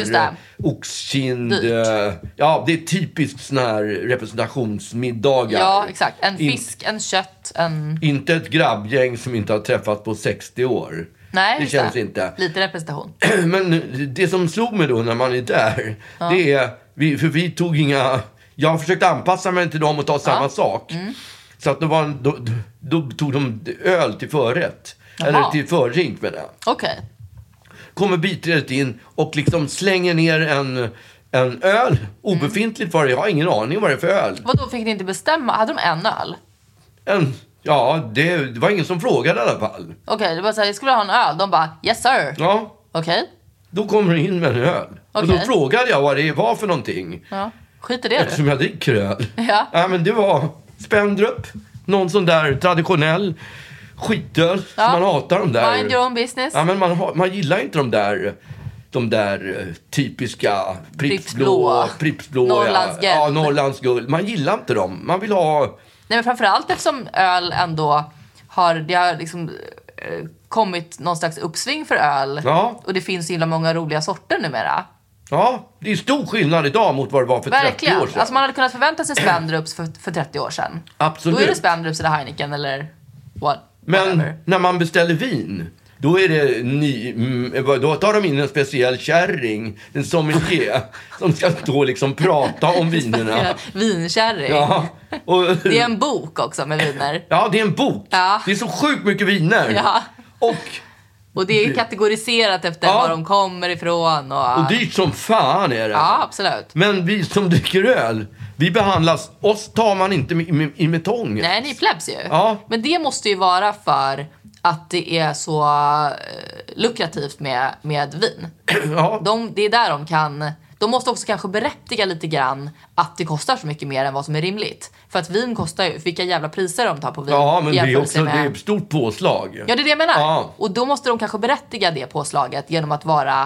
oxkind. Uh, ja, det är typiskt såna här representationsmiddagar. Ja, exakt. En In, fisk, en kött, en... Inte ett grabbgäng som inte har träffat på sextio år. Nej, det känns det. inte. Lite representation. Men det som slog mig då när man är där, ja. det är, vi, för vi tog inga, jag har försökt anpassa mig till dem och ta samma ja. sak. Mm. Så att det var, då, då tog de öl till förrätt. Jaha. Eller till förring med det. Okej. Okay. Kommer biträdet in och liksom slänger ner en, en öl. Obefintligt var det, jag har ingen aning vad det är för öl. Vadå, fick ni inte bestämma? Hade de en öl? En, ja, det, det var ingen som frågade i alla fall. Okej, okay, det var så här, jag skulle ha en öl. De bara, yes sir. Ja. Okej. Okay. Då kommer det in med en öl. Okay. Och då frågade jag vad det var för någonting. Ja, skit i det. Eftersom jag dricker öl. Ja. Ja, men det var Spendrup. Någon sån där traditionell skitöl ja. som man hatar de där. Mind your own business. Ja, men man, man gillar inte de där de där typiska Pripsblå, Pripsblå, Norrlands ja, ja, Norrlands guld. Man gillar inte dem. Man vill ha... Nej, men framförallt eftersom öl ändå har, det har liksom eh, kommit någon slags uppsving för öl. Ja. Och det finns så himla många roliga sorter numera. Ja, det är stor skillnad idag mot vad det var för verkligen. trettio år sedan. Alltså man hade kunnat förvänta sig Spendrups för, för trettio år sedan. Absolut. Då är det Spendrups eller Heineken eller what, men whatever. När man beställer vin, då är det ny, då tar de in en speciell kärring, en sommelier, som ska stå liksom prata om vinerna. Vinkärring. Ja. Och, det är en bok också med viner. Ja, det är en bok. Ja. Det är så sjukt mycket viner. Ja. Och Och det är kategoriserat efter ja. var de kommer ifrån. Och, och dyrt som fan är det. Ja, absolut. Men vi som dricker öl, vi behandlas, oss tar man inte med, med, i metong. Nej, ni plebs ju. Ja. Men det måste ju vara för att det är så uh, lukrativt med, med vin. Ja. De, det är där de kan... De måste också kanske berättiga lite grann att det kostar så mycket mer än vad som är rimligt. För att vin kostar ju, vilka jävla priser de tar på vin. Ja, men det är också med... det är ett stort påslag. Ja, det är det jag menar. Ja. Och då måste de kanske berättiga det påslaget genom att vara...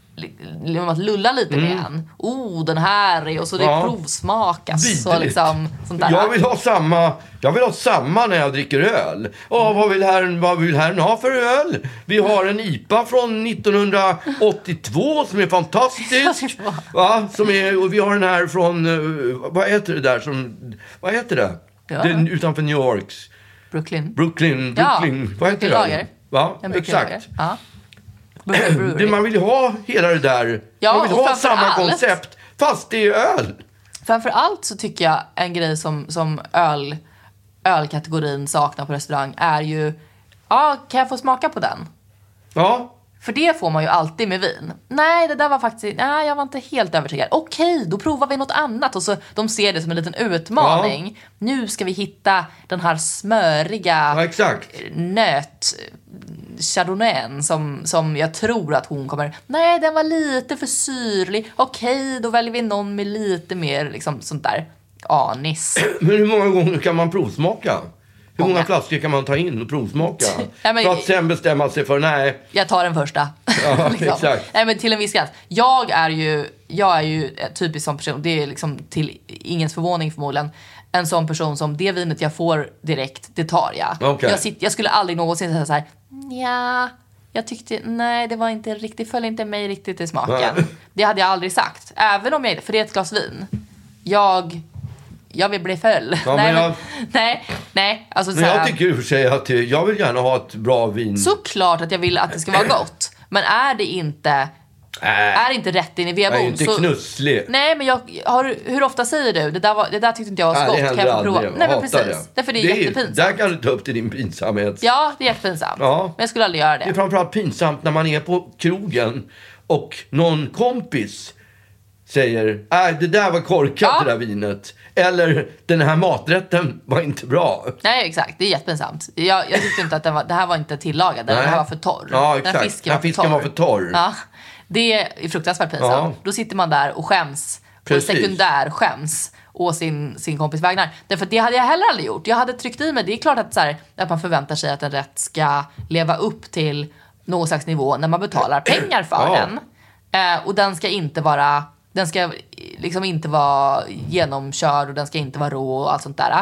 genom att lulla lite mm. med en. Oh, den här är... Och så det ja. provsmakas. Och liksom, sånt där. Jag vill ha samma... Jag vill ha samma när jag dricker öl. Åh, vad vill herren, vad vill herren ha för öl? Vi har en I P A från nittonhundraåttiotvå som är fantastisk. Va? Som är, och vi har den här från... Vad heter det där som... Vad heter det? Ja. Den utanför New Yorks. Brooklyn. Brooklyn. Brooklyn. Ja, vad heter Brooklyn det? Va? Exakt. Ja. Det, man vill ju ha hela det där. Ja, man vill ha samma allt, koncept. Fast det är öl. Framförallt så tycker jag en grej som, som öl, ölkategorin saknar på restaurang är ju, ja, kan jag få smaka på den? Ja. För det får man ju alltid med vin. Nej, det där var faktiskt, nej, jag var inte helt övertygad. Okej, då provar vi något annat. Och så de ser det som en liten utmaning. Ja. Nu ska vi hitta den här smöriga ja, exakt. nöt chardonnayen som, som jag tror att hon kommer. Nej, den var lite för syrlig. Okej, då väljer vi någon med lite mer liksom sånt där anis. Men hur många gånger kan man provsmaka? Hur många flaskor kan man ta in och provsmaka? ja, men, för att sen bestämma sig för, nej. Jag tar den första. Ja, liksom. Exakt. Nej, men till en viss gräns. Jag är ju, jag är ju typiskt sån person, det är liksom till ingens förvåning förmodligen, en sån person som det vinet jag får direkt, det tar jag. Okay. Jag, sitter, jag skulle aldrig någonsin säga så här, ja, jag tyckte, nej, det var inte riktigt, föll inte mig riktigt i smaken. Nej. Det hade jag aldrig sagt. Även om jag, för det är ett glas vin. Jag... Jag vill bli full. Ja, nej, men jag, nej, nej. Alltså, men jag tycker i och för sig att jag vill gärna ha ett bra vin. Såklart att jag vill att det ska vara gott. Men är det inte äh, är det inte rätt in i vedboden. Jag är inte så, knusslig. Nej, men jag har, hur ofta säger du? Det där, var, det där tyckte inte jag var så nej, gott. Kan jag få prova? Nej, men precis. Det. Därför det är, det är jättepinsamt. Där kan du ta upp till din pinsamhet. Ja, det är jättepinsamt. Ja. Men jag skulle aldrig göra det. Det är framförallt pinsamt när man är på krogen och någon kompis säger, nej, det där var korkat, ja. Det där vinet. Eller, den här maträtten var inte bra. Nej, exakt. Det är jättepinsamt. Jag, jag tyckte inte att den var, det här var inte tillagad. Den här var för torr. Ja, exakt. Den här fisken, den här fisken var, för torr. var för torr. Ja, det är fruktansvärt pinsamt. Ja. Då sitter man där och skäms. Precis. Och sekundär skäms. Och sin, sin kompis vägnar. Därför att det hade jag heller aldrig gjort. Jag hade tryckt i mig. Det är klart att, så här, att man förväntar sig att en rätt ska leva upp till någon slags nivå när man betalar pengar för ja. den. Eh, och den ska inte vara... Den ska liksom inte vara genomkörd och den ska inte vara rå och allt sånt där.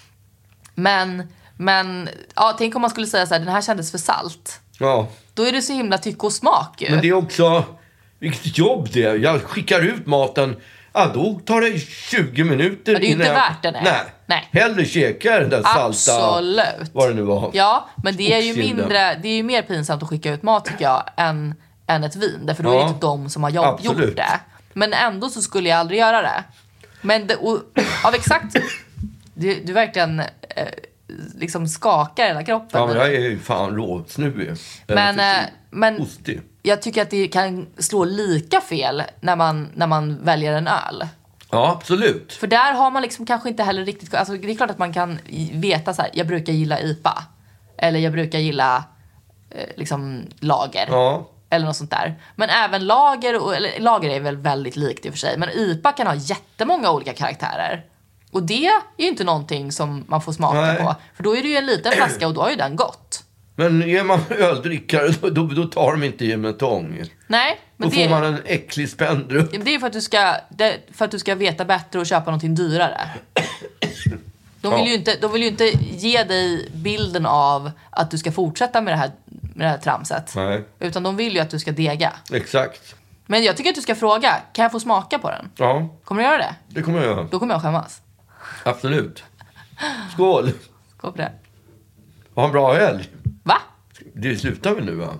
Men, men ja, tänk om man skulle säga så här, den här kändes för salt. Ja. Då är det så himla tyck och smak ju. Men det är också, vilket jobb det är. Jag skickar ut maten, ja, då tar det tjugo minuter. Ja, det är ju inte jag... värt det, nej. nej. Nej. Hellre käka den där salta. Absolut. Vad det nu var. Ja, men det är ju mindre, det är ju mer pinsamt att skicka ut mat tycker jag än, än ett vin. Därför då ja. är det inte de som har jobb, gjort det. Men ändå så skulle jag aldrig göra det. Men det, och, av exakt... Du, du verkligen eh, liksom skakar hela kroppen. Ja, men jag är ju fan råsnuvig. Men, eh, men ostig. Jag tycker att det kan slå lika fel när man, när man väljer en öl. Ja, absolut. För där har man liksom kanske inte heller riktigt... Alltså det är klart att man kan veta så här, jag brukar gilla I P A. Eller jag brukar gilla eh, liksom lager. Ja. Eller något sånt där. Men även lager, och, eller lager är väl väldigt likt i och för sig. Men I P A kan ha jättemånga olika karaktärer. Och det är ju inte någonting som man får smaka Nej. på. För då är det ju en liten flaska och då har ju den gått. Men är man öldrickare då, då, då tar de inte i med tång. Nej. Men då det, får man en äcklig spändrupp. Det är för att, du ska, det, för att du ska veta bättre och köpa någonting dyrare. De vill, ja. ju inte, de vill ju inte ge dig bilden av att du ska fortsätta med det här, med det här tramset. Nej. Utan de vill ju att du ska dega. Exakt. Men jag tycker att du ska fråga, kan jag få smaka på den? Ja. Kommer du göra det? Det kommer jag göra. Då kommer jag skämmas. Absolut. Skål. Skål på det. Ha en bra helg. Va? Det slutar väl nu, va?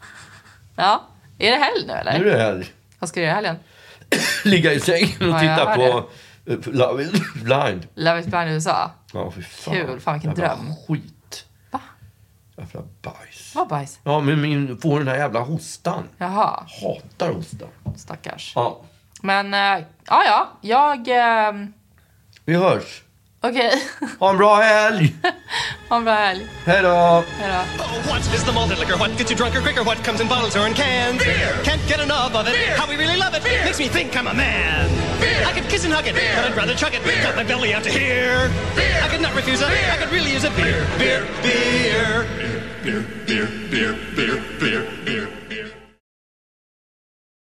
Ja. Är det helg nu, eller? Nu är det helg. Vad ska du göra helgen? Ligga i sängen och ja, titta på det. Love is Blind. Love is Blind i U S A? Ja, för fan. Kul. Fan, vilken jävla dröm. Skit. Va? Jävla bajs. Vad bajs? Ja, men min får den här jävla hostan. Jaha. Hatar hostan. Stackars. Ja. Men, äh, ja, ja. Jag... Äh... Vi hörs. Okej. Okay. Ha en bra helg. Ha en bra helg. Hej då. Hej då. Oh, what is the malted liquor? What gets you drunker quicker? What comes in bottles or in cans? Beer. Can't get enough of it. Beer. How we really love it. Beer. Makes me think I'm a man. Beer. I could kiss and hug it, Beer. but I'd rather chug it. Beer. Got my belly out to here. Beer. I could not refuse it. Beer. I could really use a beer. Beer. Beer. Beer. Beer.